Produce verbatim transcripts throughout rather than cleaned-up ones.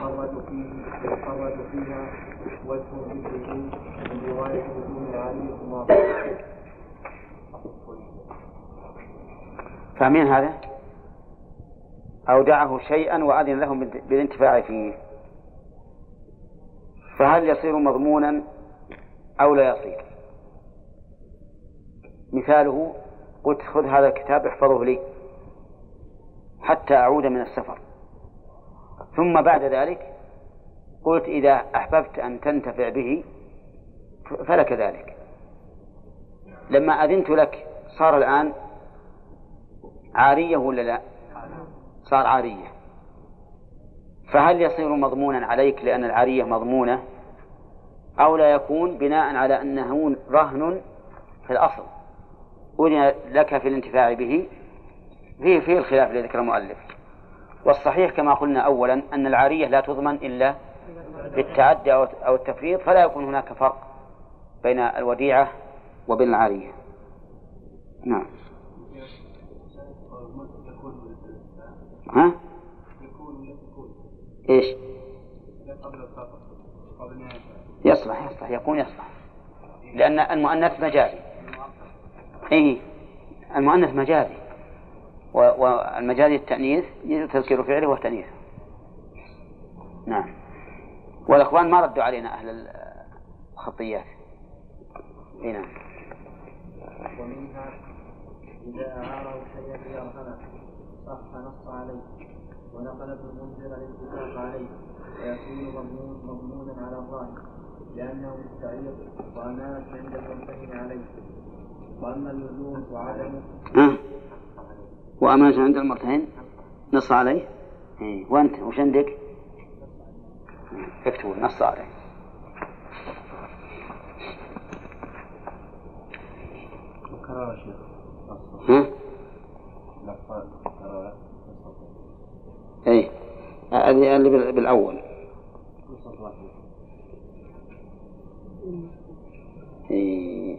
يفرد فيه يفرد فيها وجه مثله من رواية وجوه العالية الماضية. فاهمين هذا؟ أودعه شيئا وأذن لهم بالانتفاع فيه، فهل يصير مضمونا أو لا يصير؟ مثاله قلت خذ هذا الكتاب احفظه لي حتى أعود من السفر، ثم بعد ذلك قلت إذا أحببت أن تنتفع به فلك ذلك. لما أذنت لك صار الآن عارية ولا لا؟ صار عارية، فهل يصير مضمونا عليك لأن العارية مضمونة أو لا يكون بناء على أنه رهن في الأصل أذن لك في الانتفاع به؟ فيه فيه الخلاف الذي ذكر المؤلف، والصحيح كما قلنا أولا أن العارية لا تضمن إلا بالتعدي أو التفريط، فلا يكون هناك فرق بين الوديعة وبين العارية. نعم. ها؟ إيش؟ يصلح يصلح يكون يصلح لأن المؤنث مجازي. إيه المؤنث مجازي، والمجازي التأنيث تذكر فعله وتأنيثه. نعم. والأخوان ما ردوا علينا أهل الخطيات. إيه نعم. ومنها إذا أعاره شيئا ليرهنه صح نص عليه ونقل ابن المنذر الاتفاق عليه فيكون مضمونا على الظاهر لأنه مستعير وأمانة عند المرتهن عليه. وأما اللزوم وعدمه أه؟ وأمانة عند المرتهن نص عليه. إيه. وأنت وش عندك؟ اكتبوا نص عليه. كرر شيخ. ها؟ ايه هذه اللي بالاول. إيه.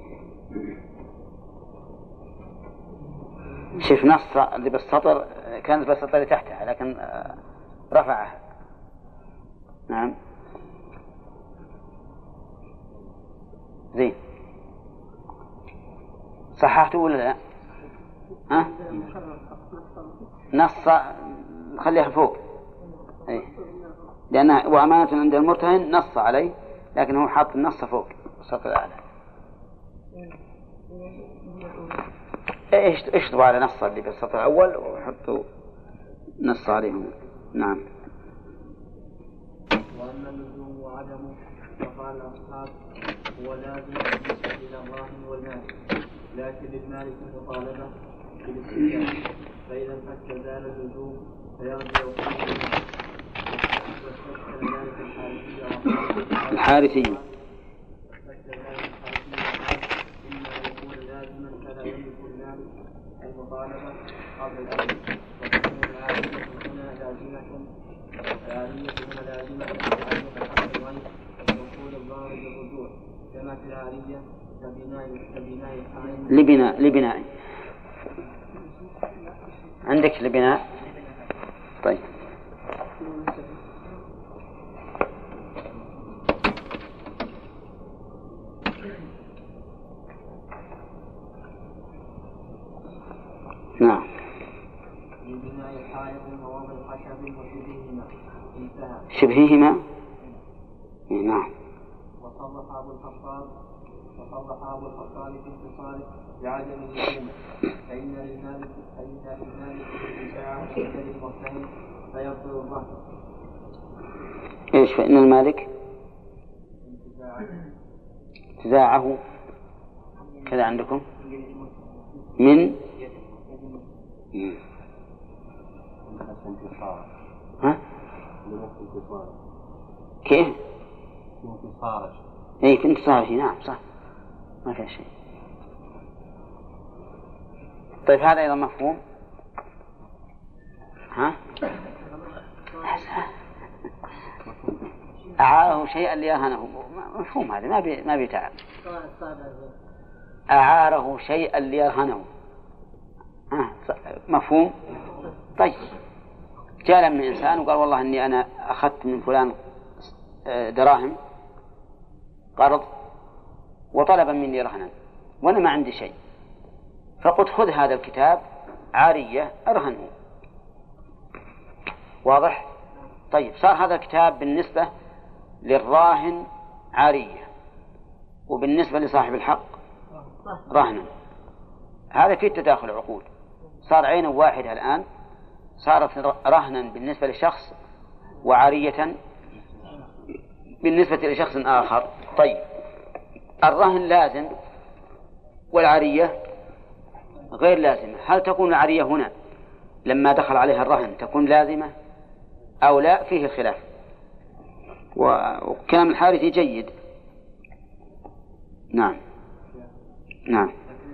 شوف نص اللي بالسطر كانت بالسطر اللي تحتها لكن رفعها. نعم زين. صححته ولا لا؟ ها؟ نص خليها فوق. أي. لأنها وأمانة عند المرتهن نص عليه لكن هو حاط النص فوق السطر الأعلى. إيش اشطبوا على نص اللي بالسطر الأول وحطوا نص عليهم. نعم. وأما اللزوم وعدمه فقال الأصحاب هو لازم إلى الراهن والمال، لكن للمالك المطالبة بالاستئجار، فإذا انفك زال اللزوم فيرجع فيه واستشكل ذلك الحارثي. إما يكون لازما فلا يملك المالك المطالبة قبل الأمر، وتكون العالية هنا لازمة العالية هنا لازمة عن متحمل الغير وصول الظاهر بالرجوع كما في العالية كبناء كبناء الحائل لبناء لبناء عندك لبناء. طيب نعم. لبناء الحائط ووضع الخشب وشبههما انتهى. شبههما نعم. وصرح أبو الخطاب وصرح أبو الخطاب في اتصاله بعدم اللزوم، فإن للمالك فإن للمالك الانتفاع عند المرتهن فيبطل الظهر. إيش فإن المالك انتزاعه كذا عندكم من ها؟ كيف؟ اي في انتصاره. نعم صح ما في شيء. طيب هذا أيضا مفهوم. ها؟ أعاره شيئا ليرهنه مفهوم هذا ما بي ما بيتعب. أعاره شيئا ليرهنه ها مفهوم. طيب جاء من إنسان وقال والله إني أنا أخذت من فلان دراهم قرض وطلب مني رهنا وأنا ما عندي شيء، فقلت خذ هذا الكتاب عارية أرهنه. واضح؟ طيب صار هذا الكتاب بالنسبة للراهن عارية وبالنسبة لصاحب الحق رهنا. هذا فيه تداخل عقود، صار عين واحدة الآن، صارت رهنا بالنسبة لشخص وعارية بالنسبة لشخص آخر. طيب الرهن لازم والعارية غير لازمة، هل تكون العارية هنا لما دخل عليها الرهن تكون لازمة أو لا؟ فيه الخلاف، وكلام الحارثي جيد. نعم نعم.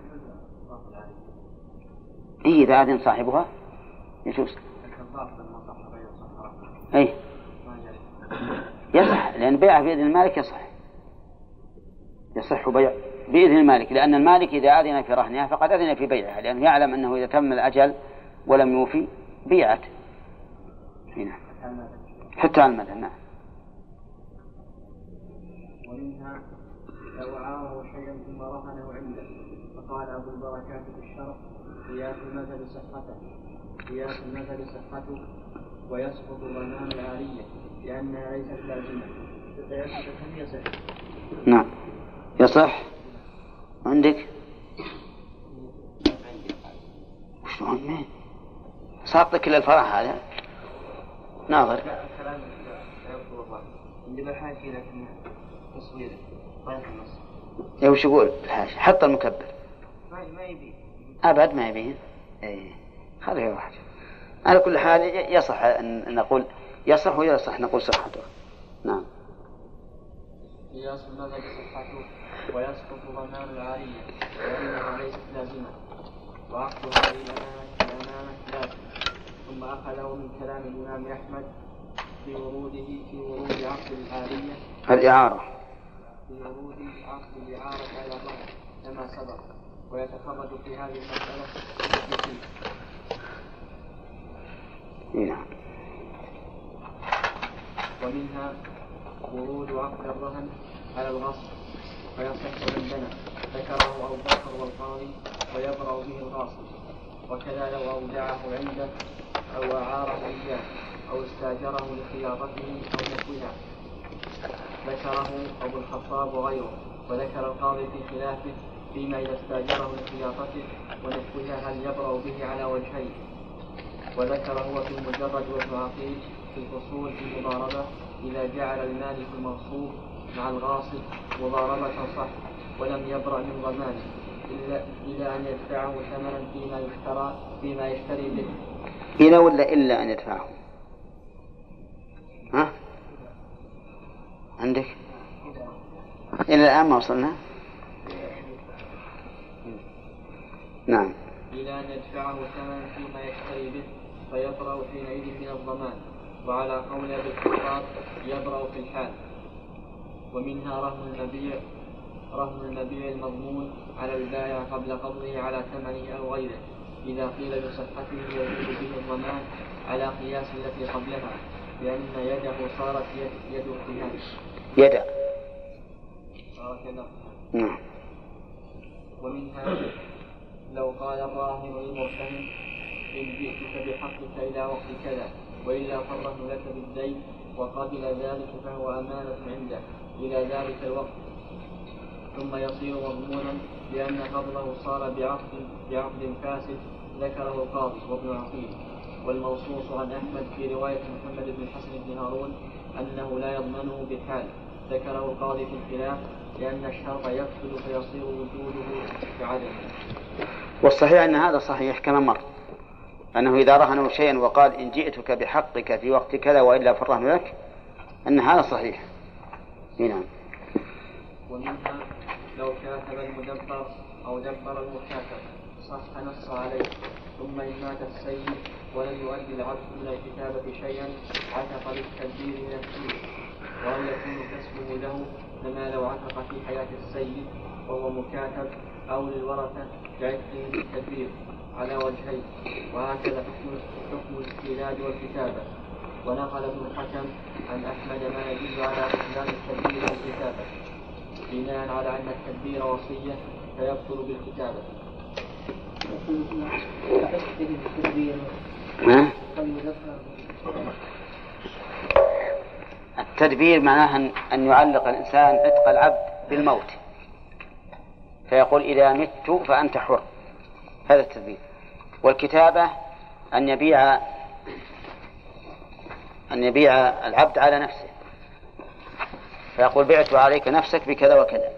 إيه إذا أذن صاحبها يجوز. أي يصح، لأن بيعه بإذن المالك يصح، يصح بيع بإذن المالك، لأن المالك إذا أذن في رهنها فقد أذن في بيعها، لأنه يعلم أنه إذا تم الأجل ولم يوفي بيعت هنا حتى على المدى. نعم. ومنها لو عاره شيئا ثم رهنه عنده فقال أبو البركات في الشرع قياس المثل صحته قياس المثل صحته ويسقط ضمان العارية لأنها ليست لازمة. يصح. نعم يصح. عندك شلون صارت كل الفرح هذا ناظر عندي بالحاشية لكن تصوير طيب النص. يا وش يقول الحاشية؟ حط المكبر. ما يبي أبد ما يبين. إيه خليه واحد. على كل حال يصح أن نقول يصح ويصح نقول صحته. نعم. قياس المذهب صحته ويسقط ضمان العارية لأنها ليست لازمة وعقد هذه الأمانة الأمانة لازم. ثم أخذه من كلام الإمام أحمد في وروده في ورود عقد العارية الإعارة في ورود عقد الإعارة على الرهن كما سبق، ويتخرج في هذه المسألة مثل نعم. ومنها ورود عقد الرهن على الغصب فيصح عندنا ذكره أبو بكر والقاضي ويبرأ به الغاصب، وكذا لو أودعه عنده أو أعاره إياه أو استاجره لخياطته أو نحوها ذكره أبو الخطاب وغيره. وذكر القاضي في خلافه فيما إذا استاجره لخياطته ونحوها هل يبرأ به على وجهين، وذكر هو في المجرد وابن عقيل في الفصول في المضاربة إذا جعل المالك المغصوب مع الغاصب مضاربة صح ولم يبرأ من ضمانه إلا, إلا أن يدفعه ثمنا فيما يشترى فيما يشتري به. إلا ولا إلا أن يدفعه؟ ها؟ عندك؟ إلى الآن ما وصلنا؟ نعم. إلى أن يدفعه ثمنا فيما يشتري به فيبرأ حينئذ من الضمان، وعلى قول أبي الخطاب يبرأ في الحال. ومنها رهن المبيع رهن المبيع المضمون على البائع قبل قبضه على ثمنه أو غيره إذا قيل بصحته يجوز به الضمان على قياس التي قبلها، لأن يده صارت يد ارتهان يدا صارت يده. نعم. ومنها لو قال الراهن للمرتهن إن جئتك بحقك إلى وقت كذا وإلا فرهن لك بالدين وقبل ذلك فهو أمانة عنده إلى ذلك الوقت ثم يصير مضمونا لأن قبله صار بعقد بعقد فاسد ذكره القاضي وابن عقيل. والموصوص عن أحمد في رواية محمد بن الحسن بن هارون أنه لا يضمنه بحال ذكره القاضي في الخلاف لأن الشرط يفسد فيصير وجوده كعدم. والصحيح أن هذا صحيح كما مر أنه إذا رهنوا شيئا وقال إن جئتك بحقك في وقت كذا وإلا فرهن لك أن هذا صحيح. نعم. ومنها لو كاتب المدبر أو دبر المكاتب صح نص عليه ثم إن مات السيد ولم يؤدي العبد من الكتابة شيئا عتق بالتدبير من السيد وأن يكون كسبه له كما لو عتق في حياة السيد وهو مكاتب أو للورثة بعتقه بالتدبير على وجهين، وهكذا حكم حكم الاستيلاد والكتابة. ونقل ابن الحكم عن أحمد ما يدل على بطلان التدبير والكتابة بناء على أن التدبير وصية فيبطل بالكتابة. التدبير معناه أن يعلق الإنسان عتق العبد بالموت، فيقول إذا مت فأنت حر، هذا التدبير. والكتابة أن يبيع أن يبيع العبد على نفسه، فيقول بعت عليك نفسك بكذا وكذا.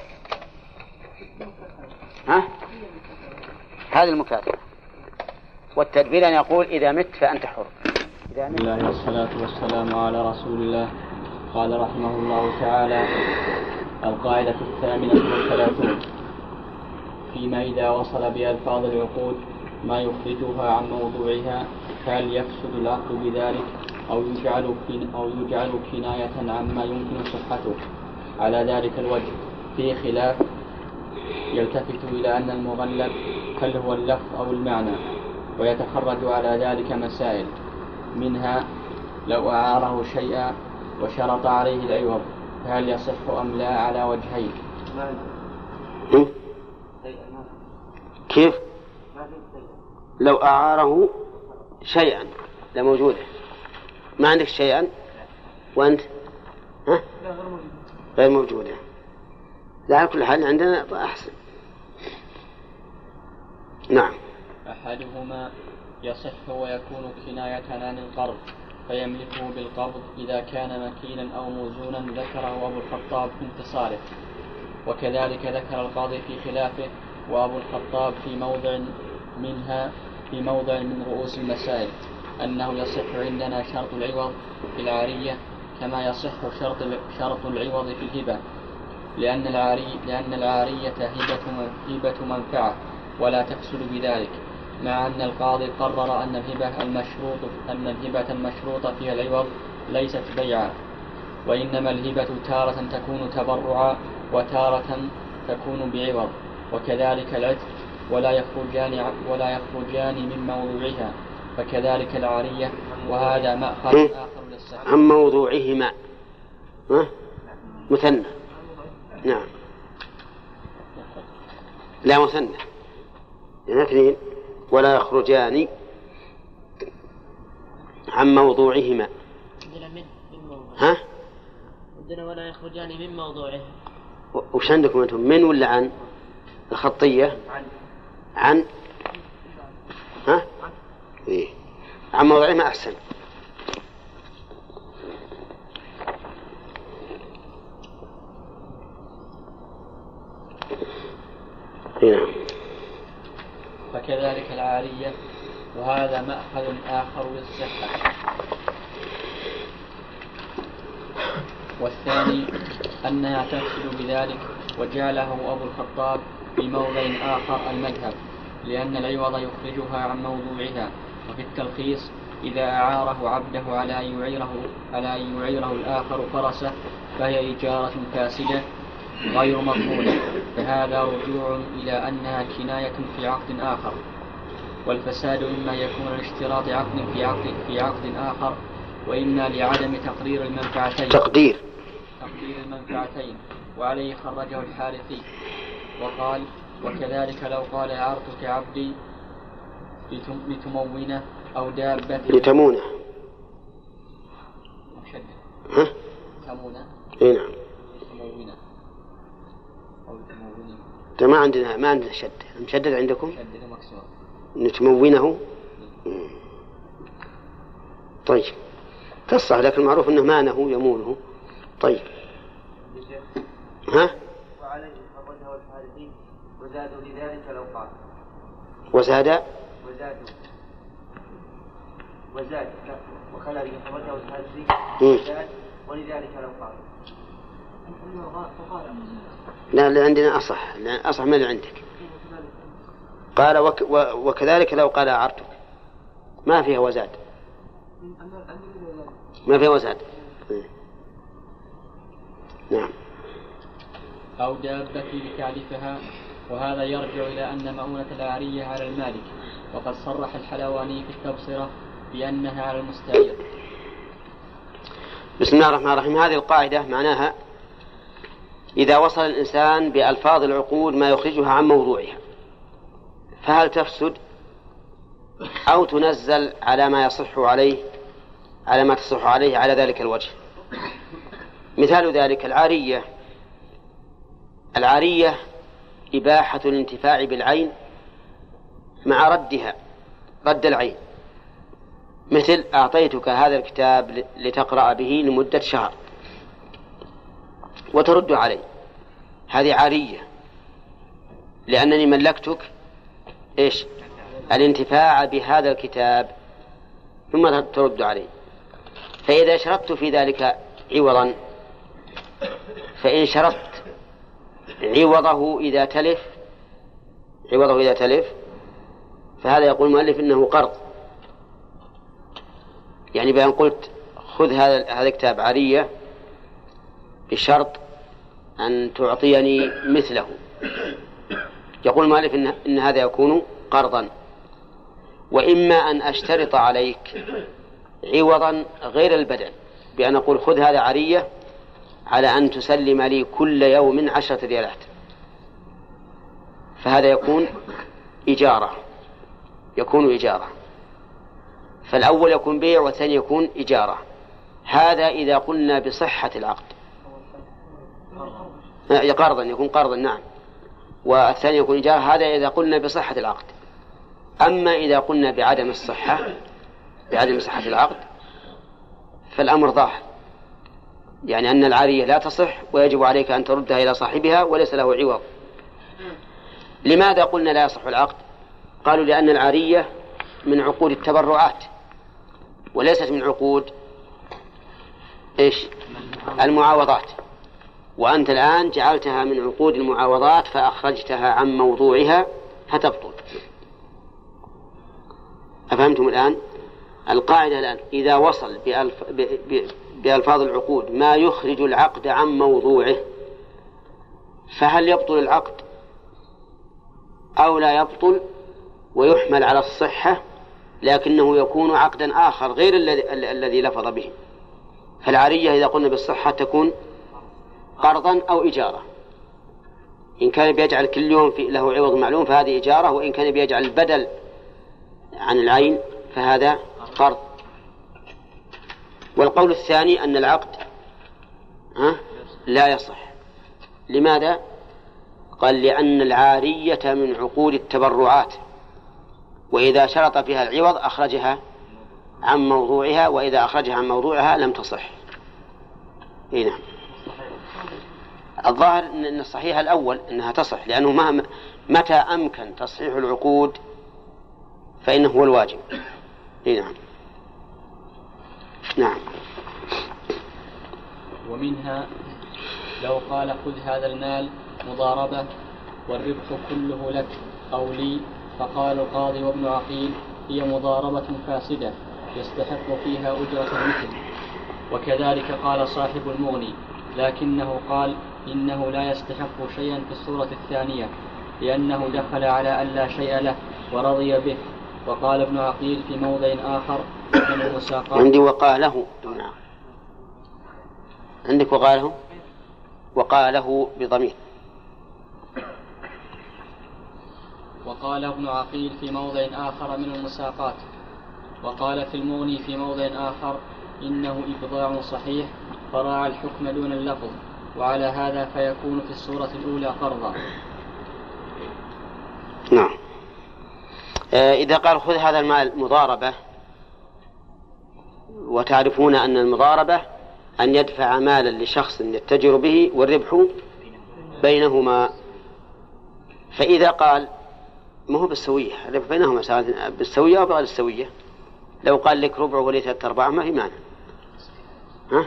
ها؟ هذه المكاتبة. والتدبير أن يقول إذا مت فأنت حر. بسم الله والصلاة والسلام على رسول الله. قال رحمه الله تعالى: القاعدة الثامنة والثلاثون فيما إذا وصل بألفاظ العقود ما يخرجها عن موضوعها، هل يفسد العقد بذلك أو يجعل أو يجعل كناية عما يمكن صحته على ذلك الوجه؟ في خلاف يلتفت إلى أن المغلب هل هو اللفظ أو المعنى، ويتخرج على ذلك مسائل، منها لو أعاره شيئا وشرط عليه العوض هل يصح أم لا على وجهين. كيف؟ لو أعاره شيئا لموجوده، ما عندك شيئا وأنت ها؟ غير موجودة. لا، على كل حال عندنا أحسن. نعم. أحدهما يصح ويكون كناية عن القرض فيملكه بالقبض إذا كان مكينا أو موزونا، ذكره أبو الخطاب في انتصاره، وكذلك ذكر القاضي في خلافه وأبو الخطاب في موضع منها في موضع من رؤوس المسائل أنه يصح عندنا شرط العوض في العارية كما يصح شرط شرط العوض في الهبة، لأن العاري لأن العارية هبة هبة منفعة ولا تفسد بذلك، مع أن القاضي قرر أن الهبة المشروط أن الهبة المشروطة فيها العوض ليست بيعا، وإنما الهبة تارة تكون تبرعا وتارة تكون بعوض، وكذلك العتق ولا يخرجان ولا يخرجان من موضوعها، فكذلك العارية، وهذا مأخذ آخر للصحيح. عن موضوعهما مثنى. نعم. لا مثنى اثنين ولا يخرجان عن موضوعهما. ها؟ عندنا ولا يخرجان من موضوعه. وش عندكم أنتم، من ولا عن؟ الخطية عن. ها؟ إيه. عن موضوعهما أحسن. هنا. فكذلك العارية، وهذا مأخذ آخر للصحة. والثاني أنها تفسد بذلك، وجعله أبو الخطاب في موضع آخر المذهب، لأن العوض يخرجها عن موضوعها. وفي التلخيص إذا أعاره عبده على أن يعيره على أن يعيره الآخر فرسه فهي إجارة فاسدة غير مضمونة، فهذا رجوع إلى أنها كناية في عقد آخر. والفساد إما يكون لاشتراط عقد في عقد في عقد آخر، وإما لعدم تقدير المنفعتين تقدير تقدير المنفعتين وعليه خرجه الحارثي وقال: وكذلك لو قال أعرتك عبدي لتمونه أو دابة لتمونه. ها؟ تمونه. إيه نعم. لتمونه أو لتمونه. ما عندنا ما عندنا شد، مشدد عندكم؟ شدد مكسور. نتمونه. طيب تصح، لكن معروف أنه مانه يمونه. طيب. ها؟ وعليه خرجه الحارثي وزادوا لذلك لو قال. وزاد وزادوا وزاد وكذلك خرجه الحارثي وزاد ولذلك لو قال. لا، اللي عندنا أصح، أصح من اللي عندك. قال وك وكذلك لو قال أعرتك، ما فيها وزاد، ما فيها وزاد. نعم. أو دابة لتعرفها، وهذا يرجع إلى أن مؤونة العارية على المالك وقد صرح الحلواني في التبصرة بأنها على المستعير. بسم الله الرحمن الرحيم. هذه القاعدة معناها إذا وصل الإنسان بألفاظ العقود ما يخرجها عن موضوعها فهل تفسد أو تنزل على ما يصح عليه على ما تصح عليه على ذلك الوجه؟ مثال ذلك العارية. العارية إباحة الانتفاع بالعين مع ردها، رد العين، مثل أعطيتك هذا الكتاب لتقرأ به لمدة شهر وترد علي، هذه عارية لأنني ملكتك إيش؟ الانتفاع بهذا الكتاب ثم ترد علي. فإذا شرطت في ذلك عوضا، فإن شرطت عوضه إذا تلف عوضه إذا تلف فهذا يقول المؤلف إنه قرض. يعني بأن قلت خذ هذا هذا الكتاب عارية بشرط أن تعطيني مثله، يقول المؤلف إن, إن هذا يكون قرضا. وإما أن أشترط عليك عوضا غير البدل بأن أقول خذ هذا عارية على أن تسلم لي كل يوم عشرة ريالات، فهذا يكون إجارة يكون إجارة فالأول يكون بيع والثاني يكون إجارة. هذا إذا قلنا بصحة العقد، قرضا يكون قرضا نعم، والثاني يكون إجارة، هذا إذا قلنا بصحة العقد. أما إذا قلنا بعدم الصحة بعدم صحة العقد فالأمر ظاهر، يعني أن العارية لا تصح ويجب عليك أن تردها إلى صاحبها وليس له عوض. لماذا قلنا لا يصح العقد؟ قالوا لأن العارية من عقود التبرعات وليست من عقود إيش؟ المعاوضات، وأنت الآن جعلتها من عقود المعاوضات فأخرجتها عن موضوعها فتبطل. أفهمتم الآن؟ القاعدة الآن إذا وصل بألف بألفاظ العقود ما يخرج العقد عن موضوعه فهل يبطل العقد أو لا يبطل ويحمل على الصحة، لكنه يكون عقدا آخر غير الذي الذي لفظ به. فالعارية إذا قلنا بالصحة تكون قرضا أو إجارة، إن كان بيجعل كل يوم في له عوض معلوم فهذه إجارة، وإن كان بيجعل البدل عن العين فهذا قرض. والقول الثاني أن العقد ها لا يصح. لماذا؟ قال لأن العارية من عقود التبرعات، وإذا شرط فيها العوض أخرجها عن موضوعها، وإذا أخرجها عن موضوعها لم تصح. هنا الظاهر أن الصحيح الأول أنها تصح، لأنه مهما متى أمكن تصحيح العقود فإنه هو الواجب. نعم نعم. ومنها لو قال خذ هذا المال مضاربة والربح كله لك أو لي، فقال القاضي وابن عقيل هي مضاربة فاسدة يستحق فيها أجرة المثل. وكذلك قال صاحب المغني، لكنه قال إنه لا يستحق شيئا في الصورة الثانية لأنه دخل على أن لا شيء له ورضي به. وقال ابن عقيل في موضع آخر من المساقات. عندي وقاله عندك وقاله وقاله بضمير. وقال ابن عقيل في موضع آخر من المساقات. وقال في المغني في موضع آخر إنه إبضاع صحيح فراعى الحكم دون اللفظ، وعلى هذا فيكون في الصورة الأولى قرضا. نعم. إذا قال خذ هذا المال مضاربة، وتعرفون أن المضاربة أن يدفع مالا لشخص يتجر به والربح بينهما، فإذا قال ما هو بالسوية، الربح بينهما بالسوية أو بغير السوية، لو قال لك ربع ولي ثلاثة أرباع ما في مانع. ها؟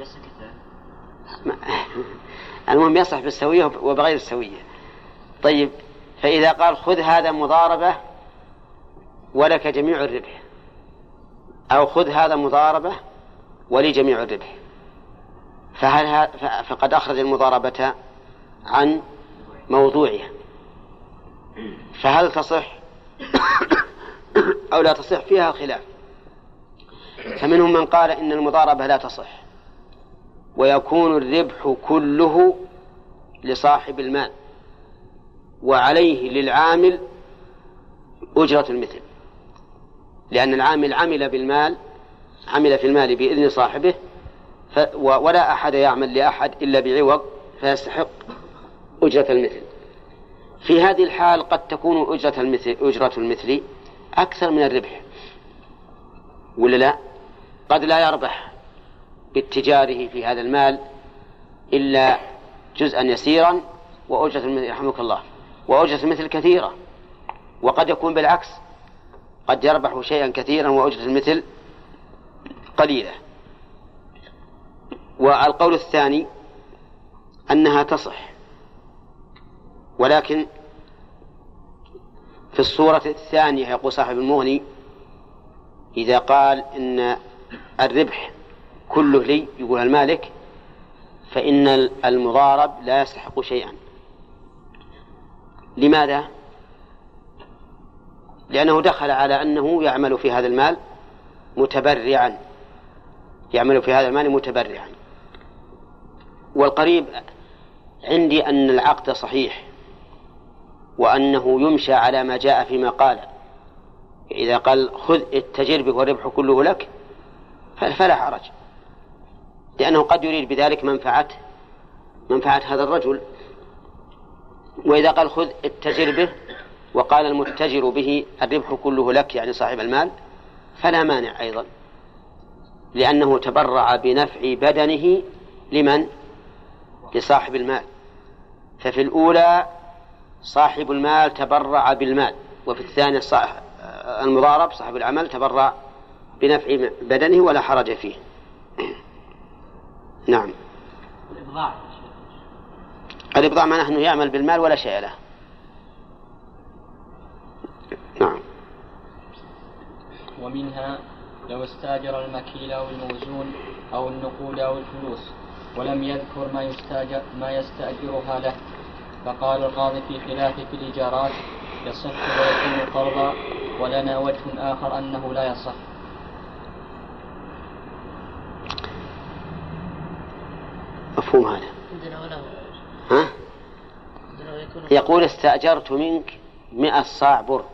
المهم يصح بالسوية وبغير السوية. طيب، فإذا قال خذ هذا مضاربة ولك جميع الربح، أو خذ هذا مضاربة ولي جميع الربح، فهل فقد أخرج المضاربة عن موضوعها، فهل تصح أو لا تصح فيها خلاف. فمنهم من قال إن المضاربة لا تصح ويكون الربح كله لصاحب المال وعليه للعامل أجرة المثل، لأن العامل عمل بالمال عمل في المال بإذن صاحبه ف ولا أحد يعمل لأحد إلا بعوض فيستحق أجرة المثل. في هذه الحال قد تكون أجرة المثل, أجرة المثل أكثر من الربح ولا لا؟ قد لا يربح باتجاره في هذا المال إلا جزءا يسيرا وأجرة المثل رحمك الله وأجرة المثل كثيرة، وقد يكون بالعكس قد يربح شيئا كثيرا وأجرة المثل قليلة. والقول الثاني أنها تصح، ولكن في الصورة الثانية يقول صاحب المغني إذا قال إن الربح كله لي يقول المالك فإن المضارب لا يستحق شيئا. لماذا؟ لأنه دخل على أنه يعمل في هذا المال متبرعا يعمل في هذا المال متبرعا. والقريب عندي أن العقد صحيح وأنه يمشى على ما جاء فيما قال. إذا قال خذ اتجر به والربح كله لك فلا حرج، لأنه قد يريد بذلك منفعة منفعة هذا الرجل. وإذا قال خذ اتجر به وقال المتجر به الربح كله لك يعني صاحب المال فلا مانع أيضا، لأنه تبرع بنفع بدنه لمن؟ لصاحب المال. ففي الأولى صاحب المال تبرع بالمال، وفي الثانية المضارب صاحب العمل تبرع بنفع بدنه ولا حرج فيه. نعم. الإبضاع الإبضاع معناه أنه يعمل بالمال ولا شيء له. نعم. ومنها لو استاجر المكيل أو الموزون أو النقود أو الفلوس ولم يذكر ما يستاجر ما يستأجرها له، فقال القاضي في خلاف في الإيجارات يصح ويكون قرضا، ولنا وجه آخر أنه لا يصح. مفهوم هذا؟ ها؟ يقول استأجرت منك مئة صاع بر،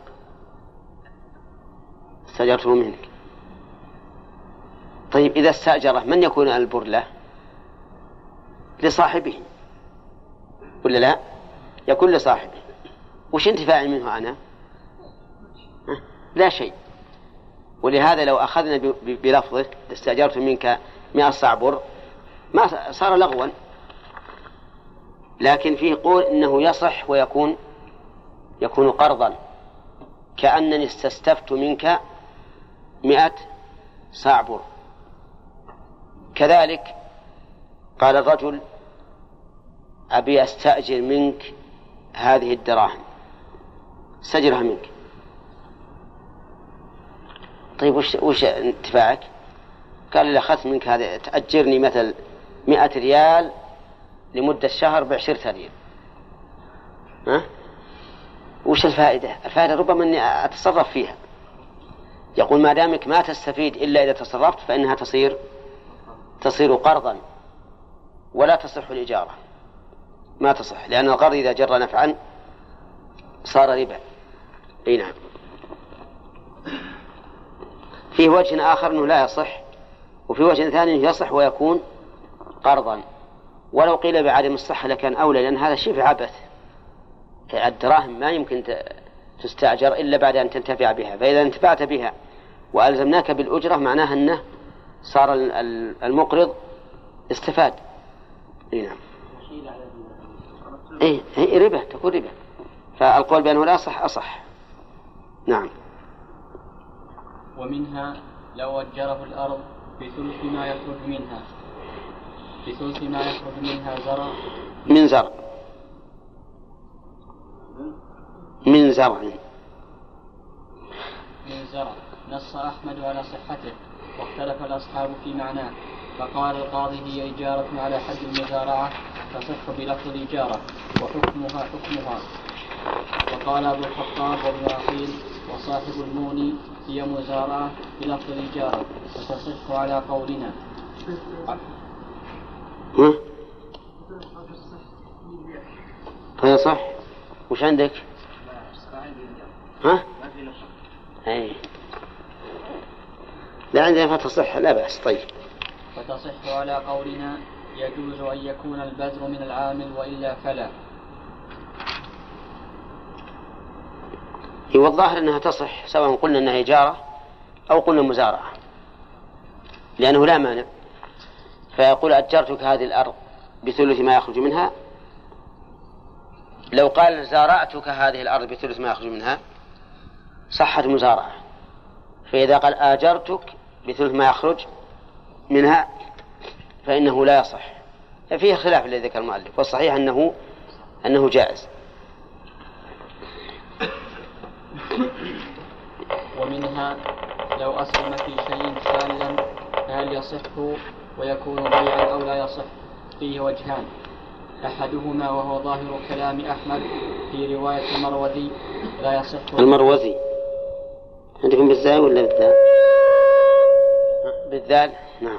استأجرته منك. طيب إذا استأجره من يكون البر له؟ لصاحبه ولا لا؟ يكون لصاحبه. وش انتفاعي منه أنا؟ لا شيء. ولهذا لو أخذنا بلفظه استأجرت منك مئة صاع بر ما صار لغوا، لكن فيه قول إنه يصح ويكون يكون قرضا، كأنني استستفت منك مئة صاع بر. كذلك قال الرجل أبي أستأجر منك هذه الدراهم، استأجرها منك. طيب وش, وش انتفاعك؟ قال لي أخذت منك هذا تأجرني مثل مئة ريال لمدة شهر بعشرة ريال. ها؟ وش الفائدة؟ الفائدة ربما أني أتصرف فيها. يقول ما دامك ما تستفيد إلا إذا تصرفت فإنها تصير تصير قرضا ولا تصح الإجارة، ما تصح، لأن القرض إذا جر نفعا صار ربا. أي نعم. فيه وجه آخر أنه لا يصح، وفي وجه ثاني أنه يصح ويكون قرضا. ولو قيل بعدم الصحة لكان أولى، لأن هذا شيء في عبث. الدراهم ما يمكن تستأجر إلا بعد أن تنتفع بها، فإذا انتفعت بها وألزمناك بالأجرة معناها أنه صار المقرض استفاد. إيه نعم. إيه هي ربا، تكون ربا. فالقول بأنه لا صح أصح. نعم. ومنها لو أجره الأرض بثلث ما يخرج منها بثلث ما يخرج منها زرع من زرع من زرع من زرع نص أحمد على صحته، واختلف الأصحاب في معناه، فقال القاضي هي إجارة على حد المزارعة تصح بلفظ الإجارة وحكمها حكمها. وقال أبو الخطاب وابن عقيل وصاحب المغني هي مزارعة بلفظ الإجارة فتصح على قولنا. ها؟ فيصح. وش عندك؟ ها؟ أي. لا عندنا فتصح لا بأس. طيب. فتصح على قولنا يجوز أن يكون البذر من العامل وإلا فلا. هو الظاهر أنها تصح سواء قلنا أنها إجارة أو قلنا مزارعة، لأنه لا مانع. فيقول أجرتك هذه الأرض بثلث ما يخرج منها. لو قال زارعتك هذه الأرض بثلث ما يخرج منها صحت مزارعة. فإذا قال آجرتك بثلث ما يخرج منها فإنه لا يصح. فيه خلاف الذي ذكر المؤلف، والصحيح أنه أنه جائز. ومنها لو أسلم في شيء شالا فهل يصح ويكون بيعا أو لا يصح؟ فيه وجهان، أحدهما وهو ظاهر كلام أحمد في رواية المروزي لا يصح. المروزي عندكم بالزاي ولا بالذال؟ بالذال. نعم.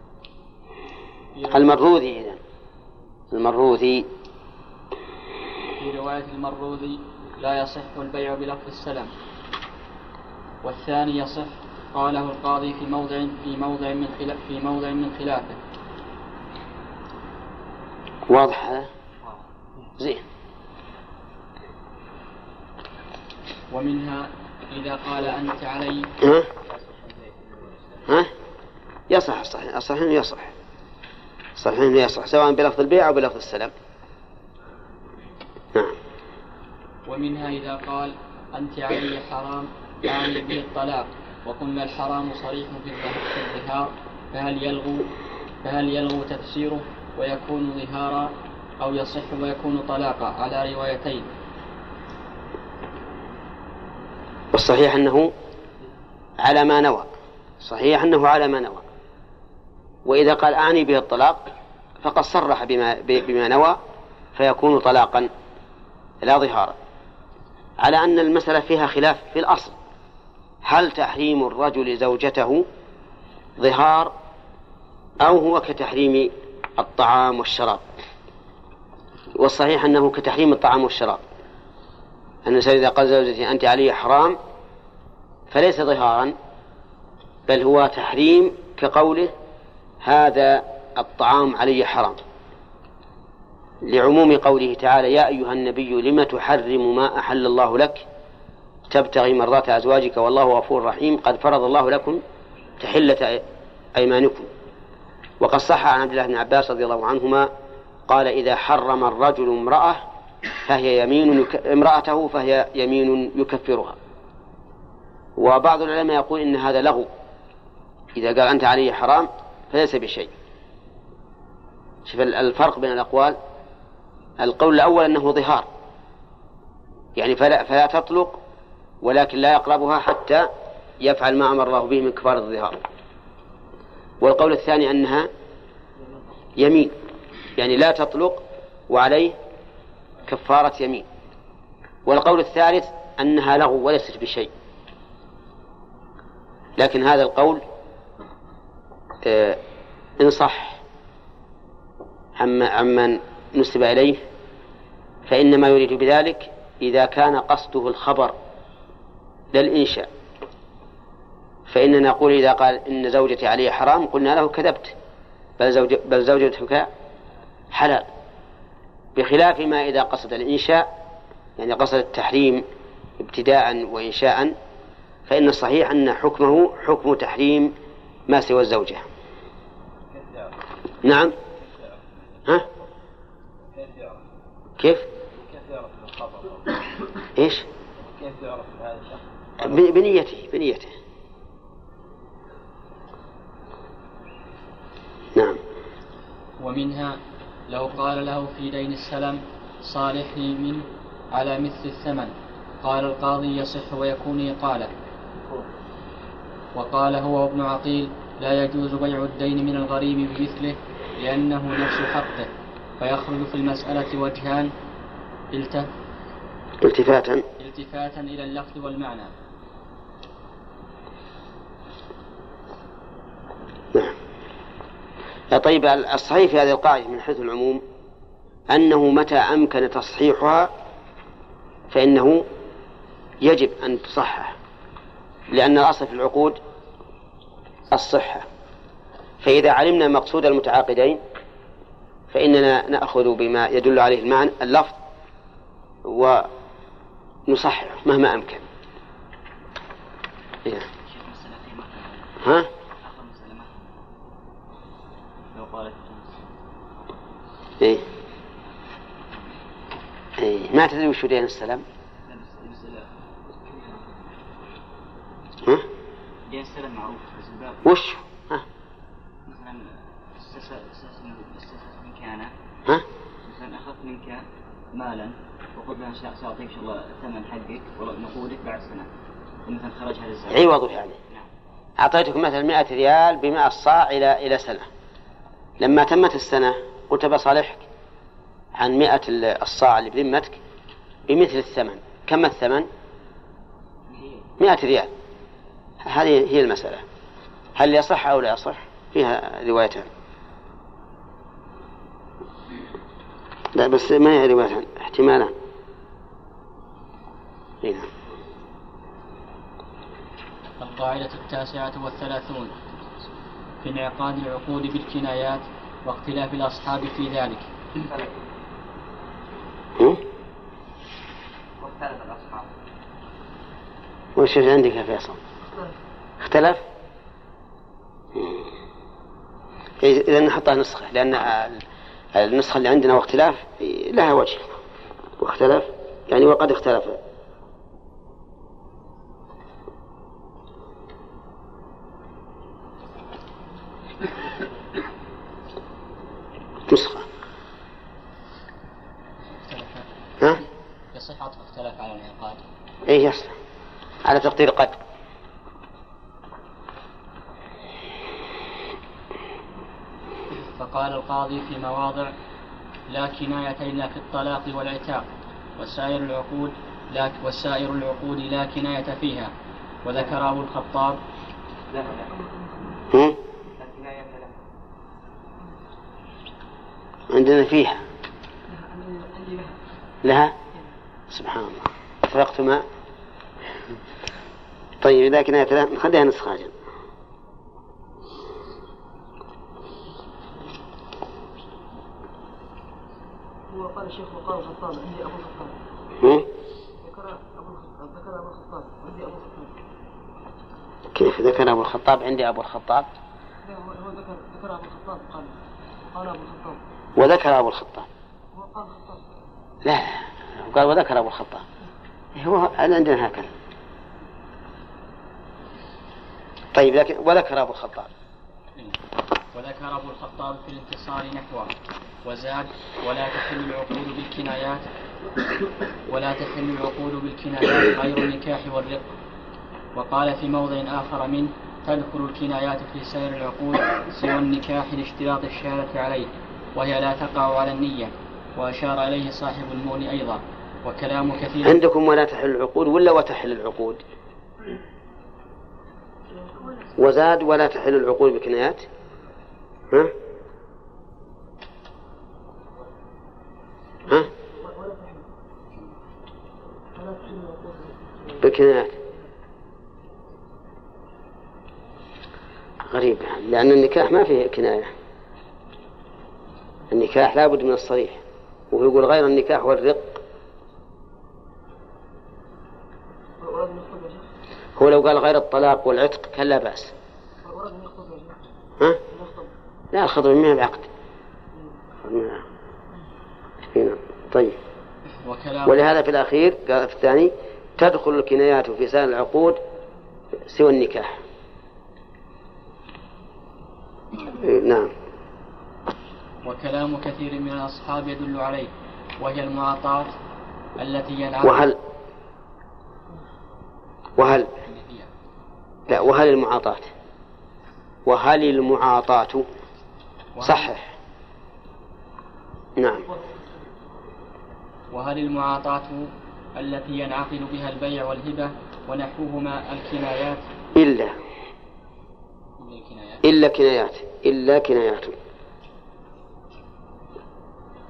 المروذي إذن المروذي في رواية المروذي لا يصح البيع بلفظ السلام. والثاني يصح قاله القاضي في موضع في موضع من خلاف في موضع من خلافه. واضح هذا؟ زين. ومنها إذا قال أنت علي ها؟ ها؟ يصح. الصحيح الصحيح يصح الصحيح يصح سواء بلفظ البيع أو بلفظ السلام. نعم. ومنها إذا قال أنت علي حرام يعني به الطلاق، وقلنا الحرام صريح في الظهار، فهل يلغو فهل يلغو تفسيره ويكون ظهارا أو يصح ويكون طلاقا على روايتين؟ والصحيح أنه على ما نوى. صحيح أنه على ما نوى. وإذا قال أعني به الطلاق فقد صرح بما, بما نوى فيكون طلاقا لا ظهارا، على أن المسألة فيها خلاف في الأصل. هل تحريم الرجل زوجته ظهار أو هو كتحريم الطعام والشراب؟ والصحيح أنه كتحريم الطعام والشراب. أن الإنسان إذا قال زوجتي أنت علي حرام فليس ظهارا، بل هو تحريم كقوله هذا الطعام علي حرام، لعموم قوله تعالى يا أيها النبي لم تحرم ما أحل الله لك تبتغي مرضات أزواجك والله غفور رحيم قد فرض الله لكم تحلة أيمانكم. وقد صح عن عبد الله بن عباس رضي الله عنهما قال إذا حرم الرجل امرأة فهي يمين يك... امرأته فهي يمين يكفرها. وبعض العلماء يقول إن هذا لغو، إذا قال أنت علي حرام فليس بشيء. شوف الفرق بين الأقوال. القول الأول أنه ظهار، يعني فلا, فلا تطلق ولكن لا يقربها حتى يفعل ما أمر الله به من كفارة الظهار. والقول الثاني أنها يمين، يعني لا تطلق وعليه كفارة يمين. والقول الثالث أنها لغو وليست بشيء. لكن هذا القول آه إن صح عمن نسب إليه فإنما يريد بذلك إذا كان قصده الخبر للإنشاء. فإننا نقول إذا قال إن زوجتي علي حرام قلنا له كذبت، بل, زوج بل زوجتك حلال، بخلاف ما إذا قصد الإنشاء، يعني قصد التحريم ابتداء وإنشاء، فإن الصحيح أن حكمه حكم تحريم ما سوى الزوجة. نعم. ها؟ كيف؟ إيش؟ بنيته بنيته نعم. ومنها لو قال له في دين السلم صالحني منه على مثل الثمن، قال القاضي يصح ويكون إقالة. وقال هو ابن عقيل لا يجوز بيع الدين من الغريب بمثله لأنه نفس حقه، فيخرج في المسألة وجهان التفاتا التفاتا التفاتا إلى اللفظ والمعنى. طيب الصحيح في هذه القاعدة من حيث العموم أنه متى أمكن تصحيحها فإنه يجب أن تصحح، لأن الأصل في العقود الصحة. فإذا علمنا مقصود المتعاقدين فإننا نأخذ بما يدل عليه المعنى اللفظ ونصحح مهما أمكن. إيه. ها؟ إيه؟ إيه. ما تدري وش دين السلام؟ ها؟ دين السلام معروف. وش؟ ها؟ مثلا استسلم من كان. ها؟ مثلا أخذت منك مالا وقلت له سأعطيك إن شاء الله ثمن حقك ونقودك بعد سنة. مثلا خرج هذا الزمن. عوض يعني. نعم. أعطيتك مثلا مئة ريال بمئة صاع إلى إلى سنة. لما تمت السنة قلت بصالحك عن مئة الصاع اللي بذمتك بمثل الثمن. كم الثمن؟ مئة ريال. هذه هي المسألة. هل يصح أو لا يصح؟ فيها روايتان. لا بس ما هي روايتان، احتمالان. هنا. القاعدة التاسعة والثلاثون في انعقاد العقود بالكنايات واختلاف الأصحاب في ذلك. واختلف الأصحاب. وش عندك يا فيصل؟ اختلف؟ إذا نحطها نسخة، لأن النسخة اللي عندنا واختلاف لها وجه. واختلف يعني وقد اختلف. نسخة. ها؟ يصح عطف اختلاف على الانعقاد. إيه يصح على تقدير قد. فقال القاضي في مواضع: لا كناية إلا في الطلاق والعتاق، وسائر العقود لا وسائر العقود لا كناية فيها. وذكر أبو الخطاب لا لا هم؟ لا كناية لا. عندنا فيها لها. سبحان الله اتفقت ما. طيب إذا كناية لا نخليها نسخة أجل. هو قال الشيخ وقال الخطاب عندي أبو الخطاب. هم؟ ذكر أبو الخطاب ذكر أبو الخطاب عندي أبو الخطاب. كيف ذكر أبو الخطاب عندي أبو الخطاب؟ لا هو ذكر ذكر أبو الخطاب قال قال أبو الخطاب. وذكر أبو الخطاب. هو قال الخطاب. لا قال وذكر أبو الخطاب. هو عندنا هكذا. طيب لكن وذكر أبو الخطاب. وذكر أبو الخطاب في الانتصار نحوه. وزاد: ولا تحل العقود بالكنايات ولا تحل العقود بالكنايات غير النكاح والرق. وقال في موضع آخر منه: تدخل الكنايات في سائر العقود سوى النكاح لاشتراط الشهادة عليه، وهي لا تقع على النية. وأشار إليه صاحب المؤن أيضا. وكلام كثير. عندكم ولا تحل العقود ولا وتحل العقود؟ وزاد: ولا تحل العقود بالكنايات. ها؟ ها؟ بالكنايات. غريب لأن النكاح ما فيه كناية. النكاح لا بد من الصريح، وهو يقول غير النكاح والرق. هو لو قال غير الطلاق والعتق كان لا بأس. ها؟ لا الخطبة منها بعقد. هنا. طيب. ولهذا في الأخير قال في الثاني: تدخل الكنايات في سائر العقود سوى النكاح. نعم. وكلام كثير من الأصحاب يدل عليه، وهي المعاطاة التي ينعقد. وهل وهل لا وهل المعاطاة وهل المعاطاة صحح. نعم. وهل المعاطاة التي ينعقد بها البيع والهبة ونحوهما الكنايات إلا إلا كنايات إلا كنايات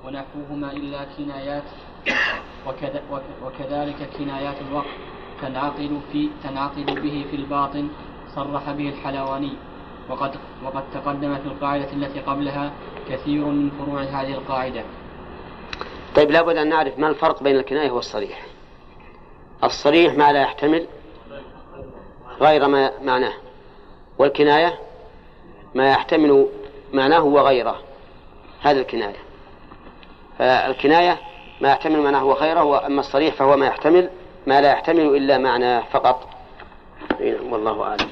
ونحوهما إلا كنايات وكذا وكذلك كنايات الوقت تنعقد في تنعقد به في الباطن صرح به الحلواني. وقد وقد تقدم في القاعدة التي قبلها كثير من فروع هذه القاعدة. طيب، لابد أن نعرف ما الفرق بين الكناية والصريح. الصريح ما لا يحتمل غير ما معناه، والكناية ما يحتمل معناه وغيره، هذا الكناية. فالكناية ما يحتمل معناه وغيره، وأما الصريح فهو ما يحتمل ما لا يحتمل إلا معناه فقط. والله أعلم.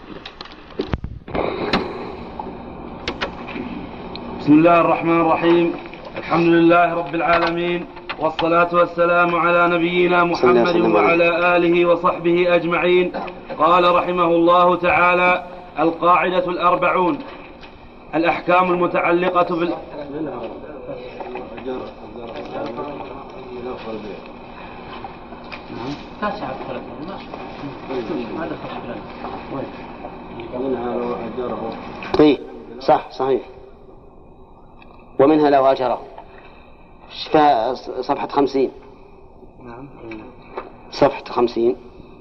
بسم الله الرحمن الرحيم. الحمد لله رب العالمين، والصلاة والسلام على نبينا محمد وعلى آله وصحبه أجمعين. قال رحمه الله تعالى: القاعدة الأربعون: الأحكام المتعلقة بال طيب، صح صحيح. ومنها لو أجره. صفحة خمسين. صفحة خمسين